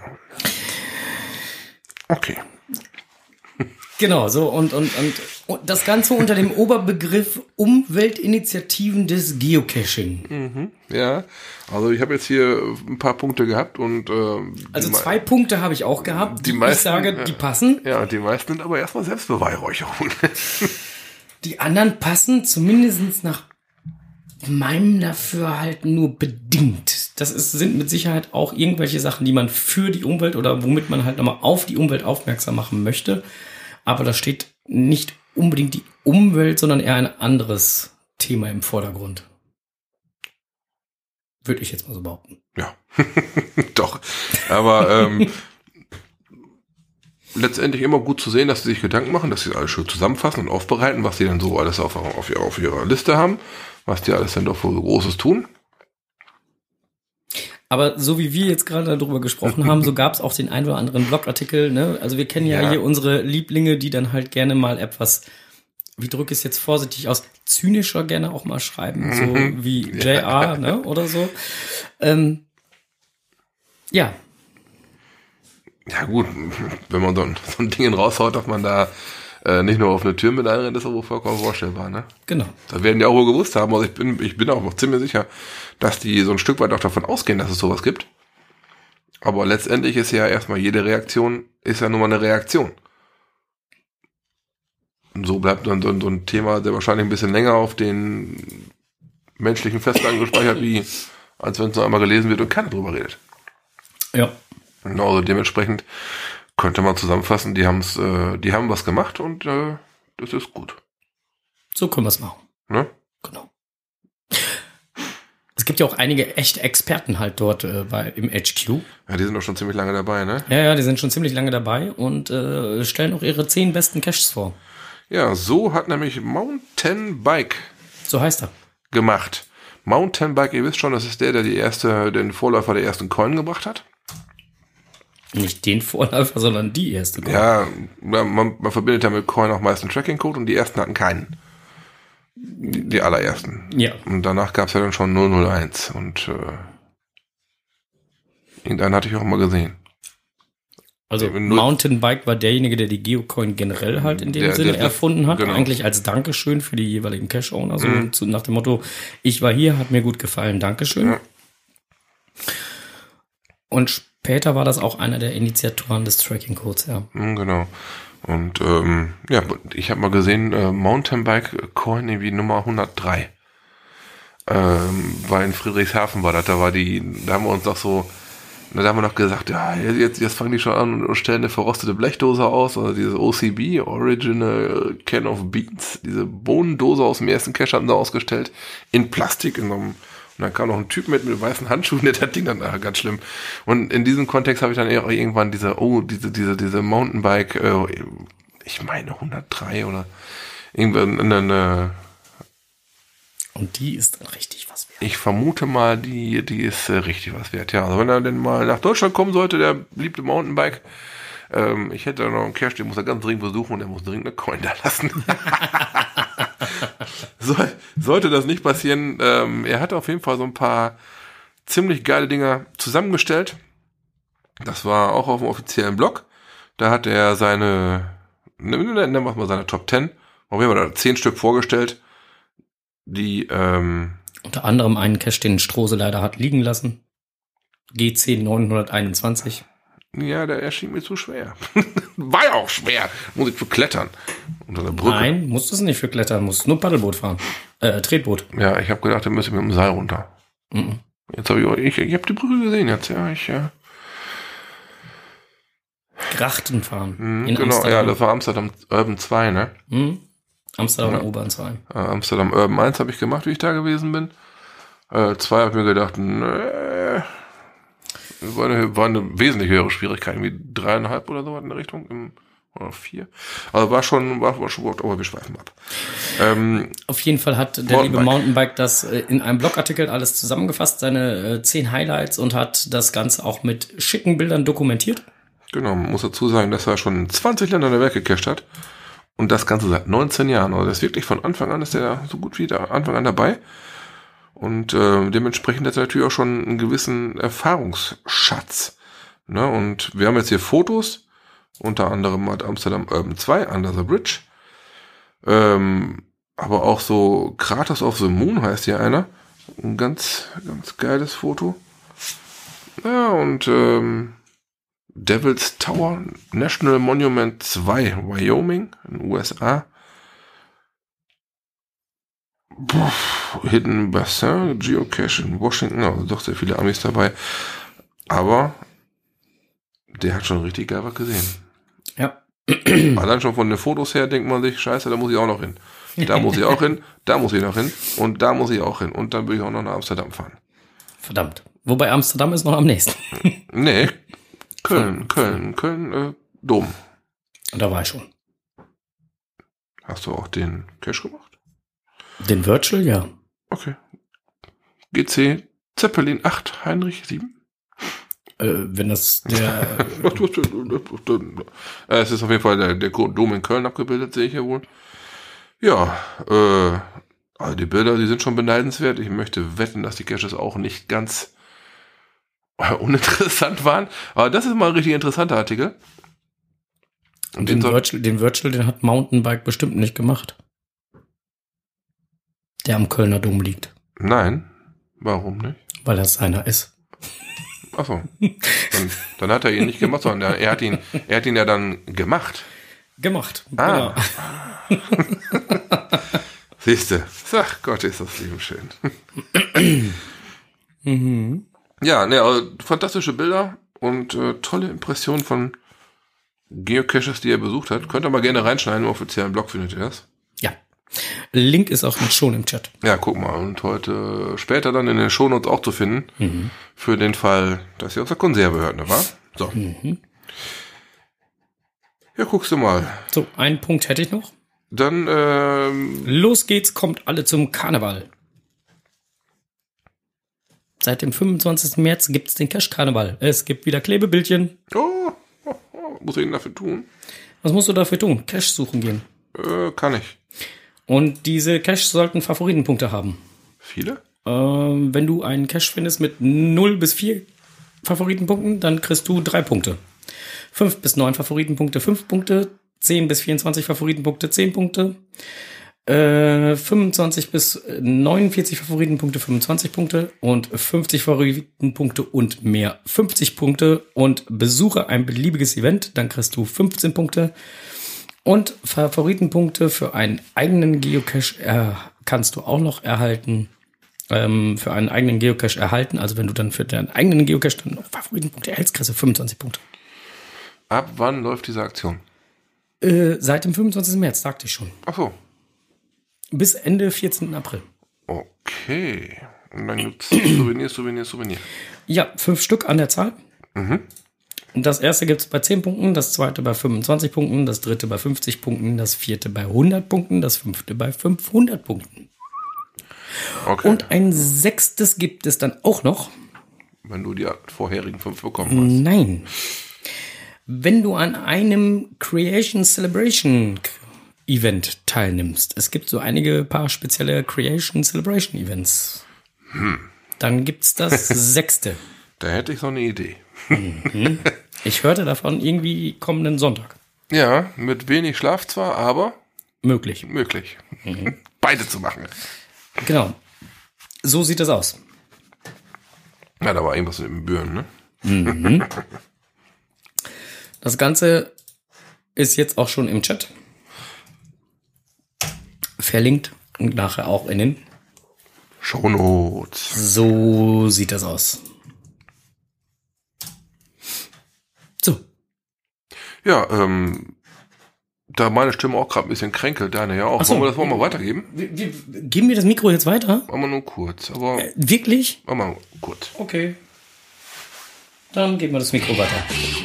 Okay. Genau, so und das Ganze unter dem Oberbegriff Umweltinitiativen des Geocaching. Ja, also ich habe jetzt hier ein paar Punkte gehabt und also 2 Punkte habe ich auch gehabt, die meisten, ich sage, die passen. Ja, die meisten sind aber erstmal Selbstbeweihräucherung. Die anderen passen zumindest nach meinem Dafürhalten nur bedingt. Das sind mit Sicherheit auch irgendwelche Sachen, die man für die Umwelt oder womit man halt nochmal auf die Umwelt aufmerksam machen möchte. Aber da steht nicht unbedingt die Umwelt, sondern eher ein anderes Thema im Vordergrund. Würde ich jetzt mal so behaupten. Ja, doch. Aber letztendlich immer gut zu sehen, dass sie sich Gedanken machen, dass sie alles schön zusammenfassen und aufbereiten, was sie dann so alles auf ihrer Liste haben, was die alles dann doch für so Großes tun. Aber so wie wir jetzt gerade darüber gesprochen haben, so gab es auch den ein oder anderen Blogartikel. Ne? Also wir kennen ja hier unsere Lieblinge, die dann halt gerne mal etwas, wie drücke ich es jetzt vorsichtig aus, zynischer gerne auch mal schreiben, so wie JR, ne, oder so. Ja. Ja gut, wenn man so ein Ding raushaut, dass man da nicht nur auf eine Tür mit einrennt, ist aber vollkommen vorstellbar, ne? Genau. Das werden die auch wohl gewusst haben. Also ich bin auch noch ziemlich sicher, dass die so ein Stück weit auch davon ausgehen, dass es sowas gibt. Aber letztendlich ist ja erstmal jede Reaktion, ist ja nur mal eine Reaktion. Und so bleibt dann so ein Thema sehr wahrscheinlich ein bisschen länger auf den menschlichen Festplatten gespeichert, wie als wenn es noch einmal gelesen wird und keiner drüber redet. Ja. Genau, also dementsprechend könnte man zusammenfassen, die haben was gemacht und das ist gut. So können wir es machen. Ne? Genau. Es gibt ja auch einige echte Experten halt dort im HQ. Ja, die sind doch schon ziemlich lange dabei, ne? Ja, die sind schon ziemlich lange dabei und stellen auch ihre 10 besten Caches vor. Ja, so hat nämlich Mountain Bike So heißt er. gemacht. Mountain Bike, ihr wisst schon, das ist der den Vorläufer der ersten Coin gebracht hat. Nicht den Vorläufer, sondern die erste Coin. Ja, man verbindet ja mit Coin auch meist einen Tracking-Code und die ersten hatten keinen. Die allerersten. Ja. Und danach gab es ja dann schon 001 und irgendeinen hatte ich auch mal gesehen. Also Mountainbike war derjenige, der die Geocoin generell halt in dem Sinne erfunden hat. Genau. Eigentlich als Dankeschön für die jeweiligen Cache-Owner. So nach dem Motto, ich war hier, hat mir gut gefallen, Dankeschön. Ja. Und später war das auch einer der Initiatoren des Tracking-Codes, ja. Genau. Und ich habe mal gesehen, Mountainbike Coin irgendwie Nummer 103. Weil in Friedrichshafen war das, da haben wir uns doch so, da haben wir noch gesagt, ja, jetzt fangen die schon an und stellen eine verrostete Blechdose aus, oder diese OCB, Original Can of Beans, diese Bohnendose aus dem ersten Cache hatten sie ausgestellt, in Plastik, und dann kam noch ein Typ mit weißen Handschuhen, der das Ding dann, ganz schlimm. Und in diesem Kontext habe ich dann eher irgendwann diese Mountainbike, ich meine 103 oder irgendwann und die ist dann richtig was wert. Ich vermute mal, die ist richtig was wert, ja. Also wenn er denn mal nach Deutschland kommen sollte, der beliebte Mountainbike, ich hätte da noch einen Cache, den muss er ganz dringend besuchen und der muss dringend eine Coin da lassen. Sollte das nicht passieren, er hat auf jeden Fall so ein paar ziemlich geile Dinger zusammengestellt. Das war auch auf dem offiziellen Blog. Da hat er seine Top 10, auf jeden Fall da 10 Stück vorgestellt, die unter anderem einen Cache, den Strose leider hat liegen lassen. GC 921. Ja, der erschien mir zu schwer. War ja auch schwer. Muss ich für klettern. Unter der Brücke. Nein, musst du es nicht für klettern, musst nur Paddelboot fahren. Tretboot. Ja, ich habe gedacht, der müsste mit dem Seil runter. Mhm. Jetzt habe ich habe die Brücke gesehen jetzt. Ja, Grachten fahren. genau, Amsterdam. ja, das war Amsterdam Urban 2, ne? Amsterdam Ja. Urban 2. Amsterdam Urban 1 habe ich gemacht, wie ich da gewesen bin. 2 habe ich mir gedacht, war eine wesentlich höhere Schwierigkeit, wie 3,5 oder so in der Richtung, oder 4. Also war schon gut, aber wir schweifen ab. Auf jeden Fall hat der liebe Mountainbike das in einem Blogartikel alles zusammengefasst, seine 10 Highlights, und hat das Ganze auch mit schicken Bildern dokumentiert. Genau, man muss dazu sagen, dass er schon in 20 Ländern der Welt gecached hat. Und das Ganze seit 19 Jahren. Also das ist wirklich von Anfang an, ist der so gut wie der Anfang an dabei. Und dementsprechend hat er natürlich auch schon einen gewissen Erfahrungsschatz. Ne? Und wir haben jetzt hier Fotos, unter anderem hat Amsterdam Urban 2, Under the Bridge. Aber auch so Kratos of the Moon heißt hier einer. Ein ganz, ganz geiles Foto. Ja, und Devil's Tower, National Monument 2, Wyoming, in den USA. Hidden Bassin, Geocache in Washington, also doch sehr viele Amis dabei. Aber der hat schon richtig geil was gesehen. Ja. Allein schon von den Fotos her denkt man sich, scheiße, da muss ich auch noch hin. Da muss ich auch hin, da muss ich noch hin und da muss ich auch hin. Und dann will ich auch noch nach Amsterdam fahren. Verdammt. Wobei Amsterdam ist noch am nächsten. Nee, Köln, Dom. Und da war ich schon. Hast du auch den Cache gemacht? Den Virtual, ja. Okay. GC Zeppelin 8, Heinrich 7? Wenn das der... Es ist auf jeden Fall der Dom in Köln abgebildet, sehe ich ja wohl. Ja, also die Bilder, die sind schon beneidenswert. Ich möchte wetten, dass die Caches auch nicht ganz uninteressant waren. Aber das ist mal ein richtig interessanter Artikel. Und den Virtual, den hat Mountainbike bestimmt nicht gemacht. Der am Kölner Dom liegt. Nein, warum nicht? Weil das einer ist. Achso, dann hat er ihn nicht gemacht, sondern er hat ihn ja dann gemacht. Gemacht. Ah. Genau. Siehste, ach Gott, ist das Leben schön. Ja, ne, also fantastische Bilder und tolle Impressionen von Geocaches, die er besucht hat. Könnt ihr mal gerne reinschneiden, im offiziellen Blog findet ihr das. Ja. Link ist auch schon im Chat. Ja, guck mal. Und heute später dann in den Shownotes auch zu finden. Für den Fall, dass ihr aus der Konserve hört, ne, wa? So. Ja, guckst du mal. So, einen Punkt hätte ich noch. Dann, Los geht's, kommt alle zum Karneval. Seit dem 25. März gibt's den Cache-Karneval. Es gibt wieder Klebebildchen. muss ich ihn dafür tun? Was musst du dafür tun? Cache suchen gehen. Kann ich. Und diese Caches sollten Favoritenpunkte haben. Viele? Wenn du einen Cache findest mit 0 bis 4 Favoritenpunkten, dann kriegst du 3 Punkte. 5 bis 9 Favoritenpunkte, 5 Punkte. 10 bis 24 Favoritenpunkte, 10 Punkte. 25 bis 49 Favoritenpunkte, 25 Punkte. Und 50 Favoritenpunkte und mehr, 50 Punkte. Und besuche ein beliebiges Event, dann kriegst du 15 Punkte. Und Favoritenpunkte für einen eigenen Geocache kannst du auch noch erhalten. Für einen eigenen Geocache erhalten. Also wenn du dann für deinen eigenen Geocache dann noch Favoritenpunkte erhältst, kriegst du 25 Punkte. Ab wann läuft diese Aktion? Seit dem 25. März, sagte ich schon. Ach so. Bis Ende 14. April. Okay. Und dann gibt's Souvenir. Ja, 5 Stück an der Zahl. Und das erste gibt's bei 10 Punkten, das zweite bei 25 Punkten, das dritte bei 50 Punkten, das vierte bei 100 Punkten, das fünfte bei 500 Punkten. Okay. Und ein sechstes gibt es dann auch noch. Wenn du die vorherigen 5 bekommen hast. Nein. Wenn du an einem Creation Celebration Event teilnimmst. Es gibt so einige paar spezielle Creation Celebration Events. Dann gibt's das sechste. Da hätte ich so eine Idee. Ich hörte davon irgendwie kommenden Sonntag. Ja, mit wenig Schlaf zwar, aber Möglich. Beide zu machen. Genau. So sieht es aus. Ja, da war irgendwas mit dem Birnen, ne? Mhm. Das Ganze ist jetzt auch schon im Chat verlinkt und nachher auch in den Shownotes. So sieht das aus. So. Ja, da meine Stimme auch gerade ein bisschen kränkelt, deine ja auch. So. Wollen wir das mal weitergeben? Geben wir das Mikro jetzt weiter? Machen wir nur kurz, aber Wirklich? machen wir kurz. Okay. Dann geben wir das Mikro weiter.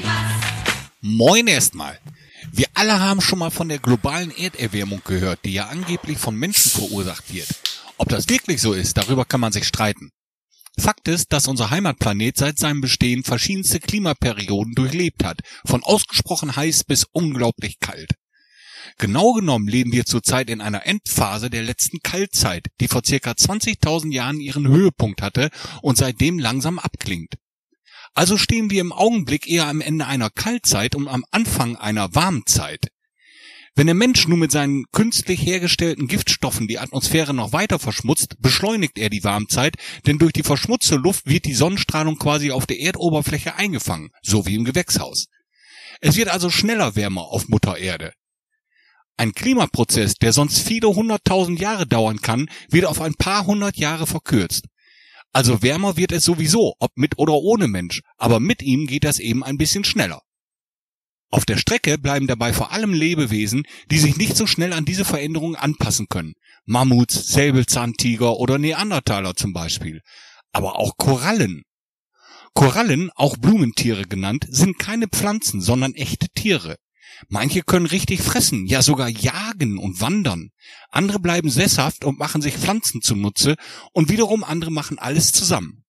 Moin erstmal. Wir alle haben schon mal von der globalen Erderwärmung gehört, die ja angeblich von Menschen verursacht wird. Ob das wirklich so ist, darüber kann man sich streiten. Fakt ist, dass unser Heimatplanet seit seinem Bestehen verschiedenste Klimaperioden durchlebt hat, von ausgesprochen heiß bis unglaublich kalt. Genau genommen leben wir zurzeit in einer Endphase der letzten Kaltzeit, die vor ca. 20.000 Jahren ihren Höhepunkt hatte und seitdem langsam abklingt. Also stehen wir im Augenblick eher am Ende einer Kaltzeit und am Anfang einer Warmzeit. Wenn der Mensch nun mit seinen künstlich hergestellten Giftstoffen die Atmosphäre noch weiter verschmutzt, beschleunigt er die Warmzeit, denn durch die verschmutzte Luft wird die Sonnenstrahlung quasi auf der Erdoberfläche eingefangen, so wie im Gewächshaus. Es wird also schneller wärmer auf Mutter Erde. Ein Klimaprozess, der sonst viele 100.000 Jahre dauern kann, wird auf ein paar hundert Jahre verkürzt. Also wärmer wird es sowieso, ob mit oder ohne Mensch, aber mit ihm geht das eben ein bisschen schneller. Auf der Strecke bleiben dabei vor allem Lebewesen, die sich nicht so schnell an diese Veränderungen anpassen können. Mammuts, Säbelzahntiger oder Neandertaler zum Beispiel. Aber auch Korallen. Korallen, auch Blumentiere genannt, sind keine Pflanzen, sondern echte Tiere. Manche können richtig fressen, ja sogar jagen und wandern. Andere bleiben sesshaft und machen sich Pflanzen zunutze und wiederum andere machen alles zusammen.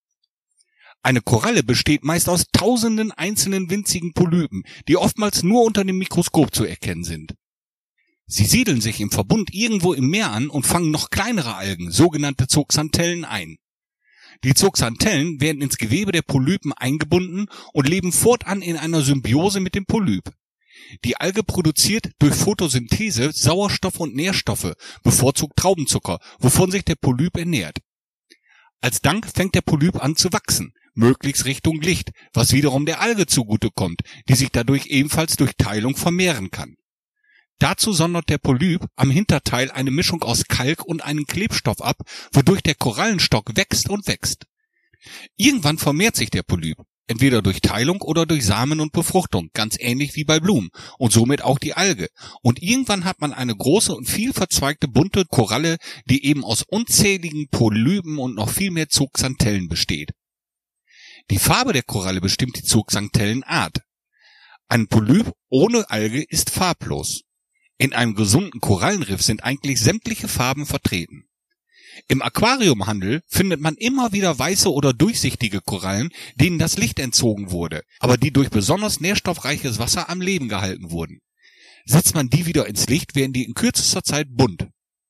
Eine Koralle besteht meist aus tausenden einzelnen winzigen Polypen, die oftmals nur unter dem Mikroskop zu erkennen sind. Sie siedeln sich im Verbund irgendwo im Meer an und fangen noch kleinere Algen, sogenannte Zooxanthellen, ein. Die Zooxanthellen werden ins Gewebe der Polypen eingebunden und leben fortan in einer Symbiose mit dem Polyp. Die Alge produziert durch Photosynthese Sauerstoff und Nährstoffe, bevorzugt Traubenzucker, wovon sich der Polyp ernährt. Als Dank fängt der Polyp an zu wachsen, möglichst Richtung Licht, was wiederum der Alge zugutekommt, die sich dadurch ebenfalls durch Teilung vermehren kann. Dazu sondert der Polyp am Hinterteil eine Mischung aus Kalk und einem Klebstoff ab, wodurch der Korallenstock wächst und wächst. Irgendwann vermehrt sich der Polyp, entweder durch Teilung oder durch Samen und Befruchtung, ganz ähnlich wie bei Blumen, und somit auch die Alge. Und irgendwann hat man eine große und viel verzweigte bunte Koralle, die eben aus unzähligen Polypen und noch viel mehr Zooxanthellen besteht. Die Farbe der Koralle bestimmt die Zooxanthellenart. Ein Polyp ohne Alge ist farblos. In einem gesunden Korallenriff sind eigentlich sämtliche Farben vertreten. Im Aquariumhandel findet man immer wieder weiße oder durchsichtige Korallen, denen das Licht entzogen wurde, aber die durch besonders nährstoffreiches Wasser am Leben gehalten wurden. Setzt man die wieder ins Licht, werden die in kürzester Zeit bunt.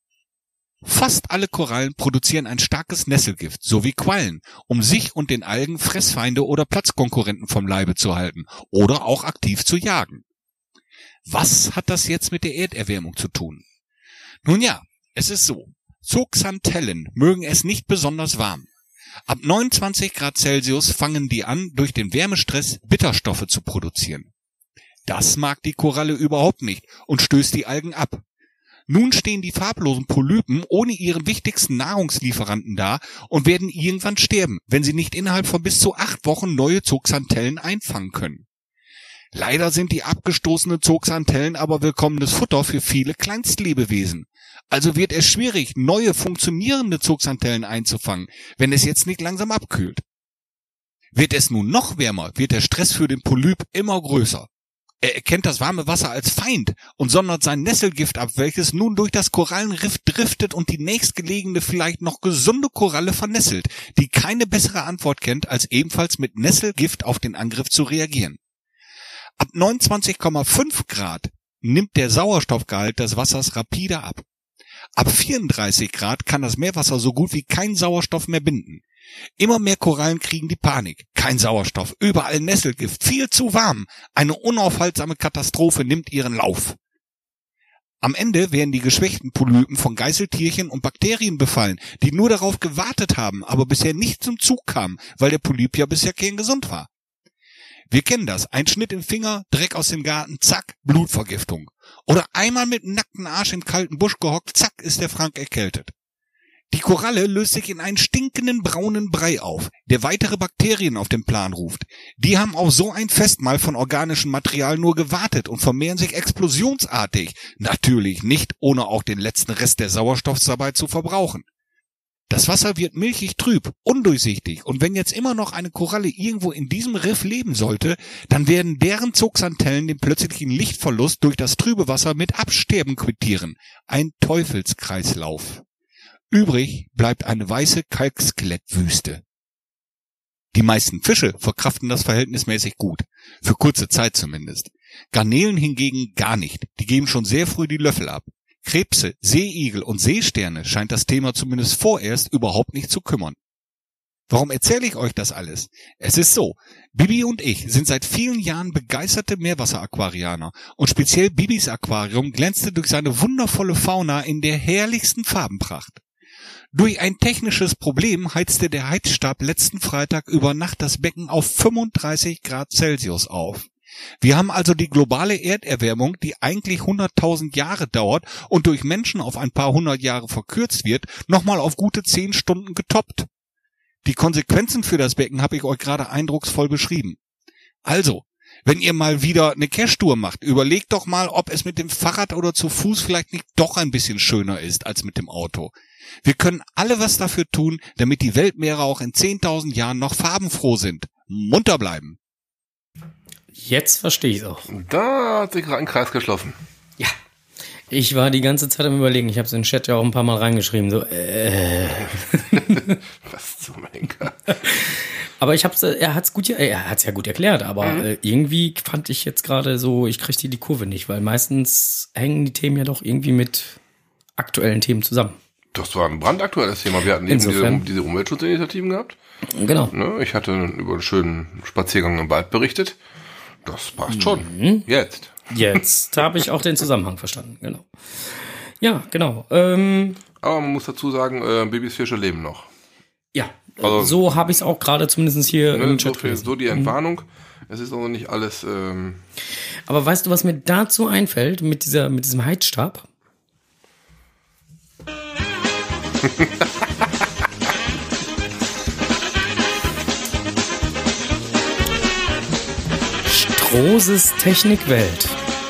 Fast alle Korallen produzieren ein starkes Nesselgift, sowie Quallen, um sich und den Algen Fressfeinde oder Platzkonkurrenten vom Leibe zu halten oder auch aktiv zu jagen. Was hat das jetzt mit der Erderwärmung zu tun? Nun ja, es ist so. Zooxanthellen mögen es nicht besonders warm. Ab 29 Grad Celsius fangen die an, durch den Wärmestress Bitterstoffe zu produzieren. Das mag die Koralle überhaupt nicht und stößt die Algen ab. Nun stehen die farblosen Polypen ohne ihren wichtigsten Nahrungslieferanten da und werden irgendwann sterben, wenn sie nicht innerhalb von bis zu 8 Wochen neue Zooxanthellen einfangen können. Leider sind die abgestoßenen Zooxanthellen aber willkommenes Futter für viele Kleinstlebewesen. Also wird es schwierig, neue funktionierende Zooxanthellen einzufangen, wenn es jetzt nicht langsam abkühlt. Wird es nun noch wärmer, wird der Stress für den Polyp immer größer. Er erkennt das warme Wasser als Feind und sondert sein Nesselgift ab, welches nun durch das Korallenriff driftet und die nächstgelegene, vielleicht noch gesunde Koralle vernesselt, die keine bessere Antwort kennt, als ebenfalls mit Nesselgift auf den Angriff zu reagieren. Ab 29,5 Grad nimmt der Sauerstoffgehalt des Wassers rapide ab. Ab 34 Grad kann das Meerwasser so gut wie keinen Sauerstoff mehr binden. Immer mehr Korallen kriegen die Panik. Kein Sauerstoff, überall Nesselgift, viel zu warm. Eine unaufhaltsame Katastrophe nimmt ihren Lauf. Am Ende werden die geschwächten Polypen von Geißeltierchen und Bakterien befallen, die nur darauf gewartet haben, aber bisher nicht zum Zug kamen, weil der Polyp ja bisher kerngesund war. Wir kennen das. Ein Schnitt im Finger, Dreck aus dem Garten, zack, Blutvergiftung. Oder einmal mit einem nackten Arsch im kalten Busch gehockt, zack, ist der Frank erkältet. Die Koralle löst sich in einen stinkenden braunen Brei auf, der weitere Bakterien auf den Plan ruft. Die haben auf so ein Festmahl von organischem Material nur gewartet und vermehren sich explosionsartig. Natürlich nicht, ohne auch den letzten Rest der Sauerstoffs dabei zu verbrauchen. Das Wasser wird milchig trüb, undurchsichtig, und wenn jetzt immer noch eine Koralle irgendwo in diesem Riff leben sollte, dann werden deren Zugsantellen den plötzlichen Lichtverlust durch das trübe Wasser mit Absterben quittieren. Ein Teufelskreislauf. Übrig bleibt eine weiße Kalkskelettwüste. Die meisten Fische verkraften das verhältnismäßig gut, für kurze Zeit zumindest. Garnelen hingegen gar nicht, die geben schon sehr früh die Löffel ab. Krebse, Seeigel und Seesterne scheint das Thema zumindest vorerst überhaupt nicht zu kümmern. Warum erzähle ich euch das alles? Es ist so, Bibi und ich sind seit vielen Jahren begeisterte Meerwasseraquarianer und speziell Bibis Aquarium glänzte durch seine wundervolle Fauna in der herrlichsten Farbenpracht. Durch ein technisches Problem heizte der Heizstab letzten Freitag über Nacht das Becken auf 35 Grad Celsius auf. Wir haben also die globale Erderwärmung, die eigentlich 100.000 Jahre dauert und durch Menschen auf ein paar hundert Jahre verkürzt wird, nochmal auf gute 10 Stunden getoppt. Die Konsequenzen für das Becken habe ich euch gerade eindrucksvoll beschrieben. Also, wenn ihr mal wieder eine Cash-Tour macht, überlegt doch mal, ob es mit dem Fahrrad oder zu Fuß vielleicht nicht doch ein bisschen schöner ist als mit dem Auto. Wir können alle was dafür tun, damit die Weltmeere auch in 10.000 Jahren noch farbenfroh sind. Munter bleiben. Jetzt verstehe ich es auch. Da hat sich gerade ein Kreis geschlossen. Ja. Ich war die ganze Zeit am Überlegen. Ich habe es in den Chat ja auch ein paar Mal reingeschrieben. So, Was zum Henker. Aber er hat's ja gut erklärt, aber irgendwie fand ich jetzt gerade so, ich kriege die Kurve nicht, weil meistens hängen die Themen ja doch irgendwie mit aktuellen Themen zusammen. Das war ein brandaktuelles Thema. Wir hatten eben diese Umweltschutzinitiativen gehabt. Genau. Ne, ich hatte über einen schönen Spaziergang im Wald berichtet. Das passt schon. Jetzt habe ich auch den Zusammenhang verstanden, genau. Ja, genau. Aber man muss dazu sagen, Babys Fische leben noch. Ja, also, so habe ich es auch gerade zumindest hier im Chat gelesen. So die Entwarnung. Es ist also nicht alles... Aber weißt du, was mir dazu einfällt mit diesem Heizstab? Strohses Technikwelt.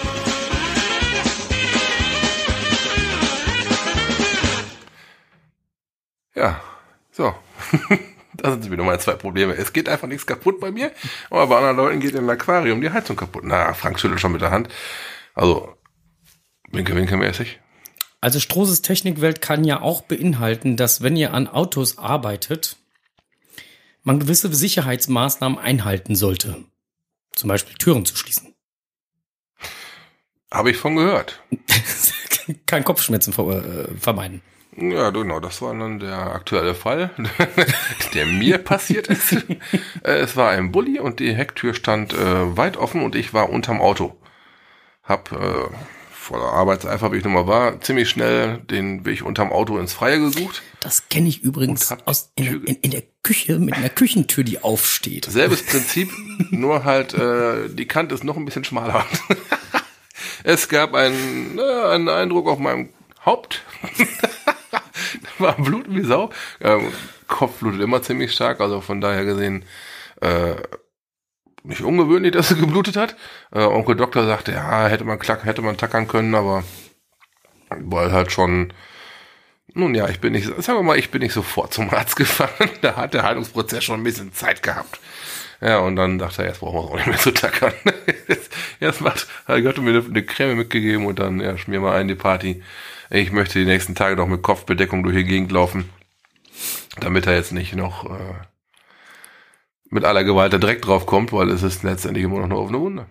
Ja, so. Da sind wieder meine 2 Probleme. Es geht einfach nichts kaputt bei mir, aber bei anderen Leuten geht im Aquarium die Heizung kaputt. Na, Frank schüttelt schon mit der Hand. Also, winke-mäßig. Also Strohses Technikwelt kann ja auch beinhalten, dass wenn ihr an Autos arbeitet, man gewisse Sicherheitsmaßnahmen einhalten sollte. Zum Beispiel Türen zu schließen. Habe ich von gehört. Kein Kopfschmerzen vermeiden. Ja, genau, das war dann der aktuelle Fall, der mir passiert ist. Es war ein Bulli und die Hecktür stand weit offen und ich war unterm Auto. Hab voller Arbeitseifer, wie ich nun mal war, ziemlich schnell den Weg unterm Auto ins Freie gesucht. Das kenne ich übrigens in der Küche mit einer Küchentür, die aufsteht. Selbes Prinzip, nur halt die Kante ist noch ein bisschen schmaler. Es gab einen Eindruck auf meinem Haupt. Da war Blut wie Sau. Kopf blutet immer ziemlich stark, also von daher gesehen nicht ungewöhnlich, dass er geblutet hat. Onkel Doktor sagte, ja, hätte man tackern können, aber weil halt schon, nun ja, ich bin nicht sofort zum Arzt gefahren. Da hat der Heilungsprozess schon ein bisschen Zeit gehabt. Ja, und dann dachte er, jetzt brauchen wir es auch nicht mehr zu tackern. Jetzt hat Gott mir eine Creme mitgegeben und dann, ja, schmier mal ein die Party. Ich möchte die nächsten Tage noch mit Kopfbedeckung durch die Gegend laufen, damit er jetzt nicht noch mit aller Gewalt da direkt drauf kommt, weil es ist letztendlich immer noch eine offene Wunde.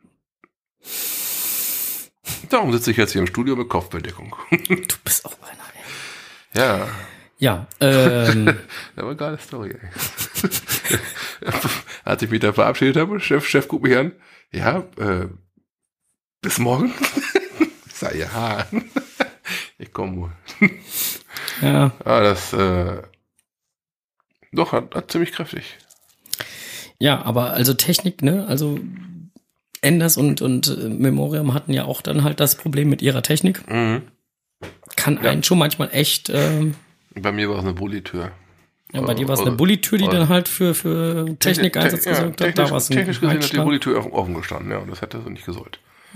Darum sitze ich jetzt hier im Studio mit Kopfbedeckung. Du bist auch einer, ey. Ja. Ja, Das war eine geile Story, ey. Als ich mich da verabschiedet habe, Chef guckt mich an. Ja, bis morgen. Sei ja. Ich komme wohl. Ja. Das doch, hat ziemlich kräftig. Ja, aber also Technik, ne? Also Enders und Memoriam hatten ja auch dann halt das Problem mit ihrer Technik. Mhm. Kann einen schon manchmal echt... Bei mir war es eine Bullitür. Ja, bei dir war es eine Bullitür, die dann halt für Technikeinsatz gesorgt hat. Da war es technisch gesehen hat die Bullitür offen gestanden, ja, und das hätte so nicht gesollt.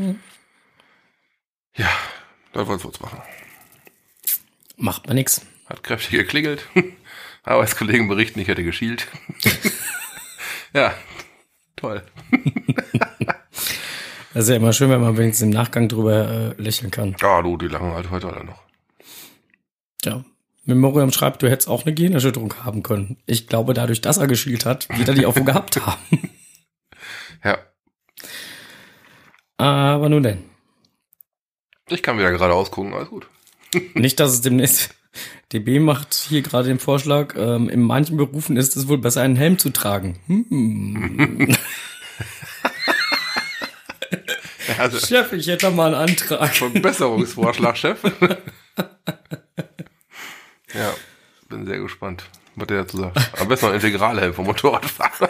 Ja, da wollt's was machen. Macht man nix. Hat kräftig geklingelt. Arbeitskollegen berichten, ich hätte geschielt. Ja, toll. Das ist ja immer schön, wenn man wenigstens im Nachgang drüber lächeln kann. Ja, du, die lachen halt heute alle noch. Ja. Memoriam schreibt, du hättest auch eine Gehirnerschütterung haben können. Ich glaube, dadurch, dass er geschielt hat, wird er die auch wohl gehabt haben. Ja. Aber nun denn. Ich kann wieder geradeaus gucken, alles gut. Nicht, dass es demnächst... DB macht hier gerade den Vorschlag, in manchen Berufen ist es wohl besser, einen Helm zu tragen. Also, Chef, ich hätte da mal einen Antrag. Verbesserungsvorschlag, Chef. Ja, bin sehr gespannt, was der dazu sagt. Am besten noch ein Integralhelm vom Motorradfahren.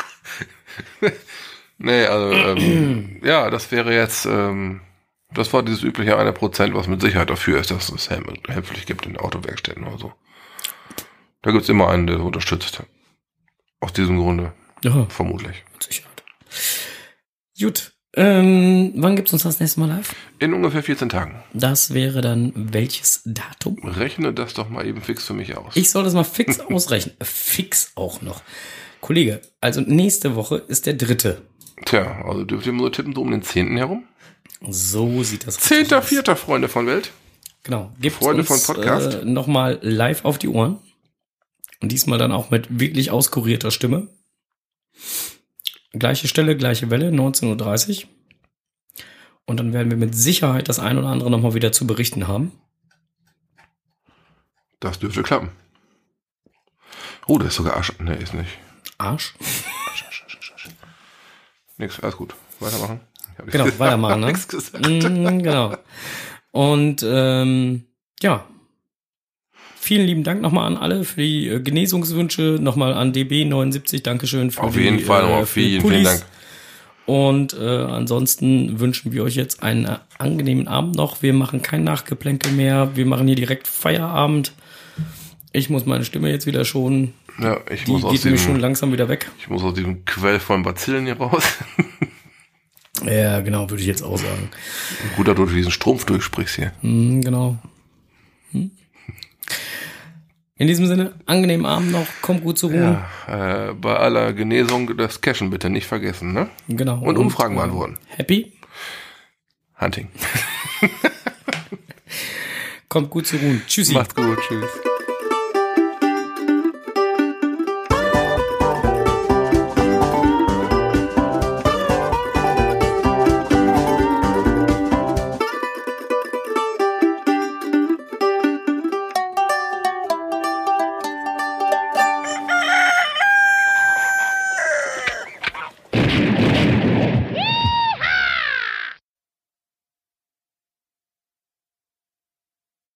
Nee, also, ja, das wäre jetzt, das war dieses übliche 1%, was mit Sicherheit dafür ist, dass es Helmpflicht gibt in Autowerkstätten oder so. Da gibt's immer einen, der unterstützt. Aus diesem Grunde. Ja, vermutlich. mit Sicherheit. Gut. Wann gibt's uns das nächste Mal live? In ungefähr 14 Tagen. Das wäre dann welches Datum? Rechne das doch mal eben fix für mich aus. Ich soll das mal fix ausrechnen. Fix auch noch. Kollege, also nächste Woche ist der 3. Tja, also dürft ihr mal so tippen, so um den 10. herum. So sieht das aus. 10.4. Freunde von Welt. Genau. Gibt Freunde uns von Podcast. Nochmal live auf die Ohren. Und diesmal dann auch mit wirklich auskurierter Stimme. Gleiche Stelle, gleiche Welle, 19.30 Uhr. Und dann werden wir mit Sicherheit das ein oder andere nochmal wieder zu berichten haben. Das dürfte klappen. Oh, das ist sogar Arsch. Nee, ist nicht. Arsch? Nix, alles gut. Weitermachen. Genau, weitermachen, ne? Nix gesagt. Genau. Und ja. Vielen lieben Dank nochmal an alle für die Genesungswünsche. Nochmal an DB79. Dankeschön für auf jeden Fall nochmal vielen Dank. Und ansonsten wünschen wir euch jetzt einen angenehmen Abend noch. Wir machen kein Nachgeplänkel mehr. Wir machen hier direkt Feierabend. Ich muss meine Stimme jetzt wieder schonen. Ja, Die geht mir schon langsam wieder weg. Ich muss aus diesem Quell von Bazillen hier raus. Ja, genau, würde ich jetzt auch sagen. Gut, dass du diesen Strumpf durchsprichst hier. Genau. In diesem Sinne, angenehmen Abend noch, kommt gut zur Ruhe. Ja, bei aller Genesung das Cashen bitte nicht vergessen, ne? Genau. Und Umfragen beantworten. Happy? Hunting. Kommt gut zur Ruhe. Tschüssi. Macht's gut, tschüss.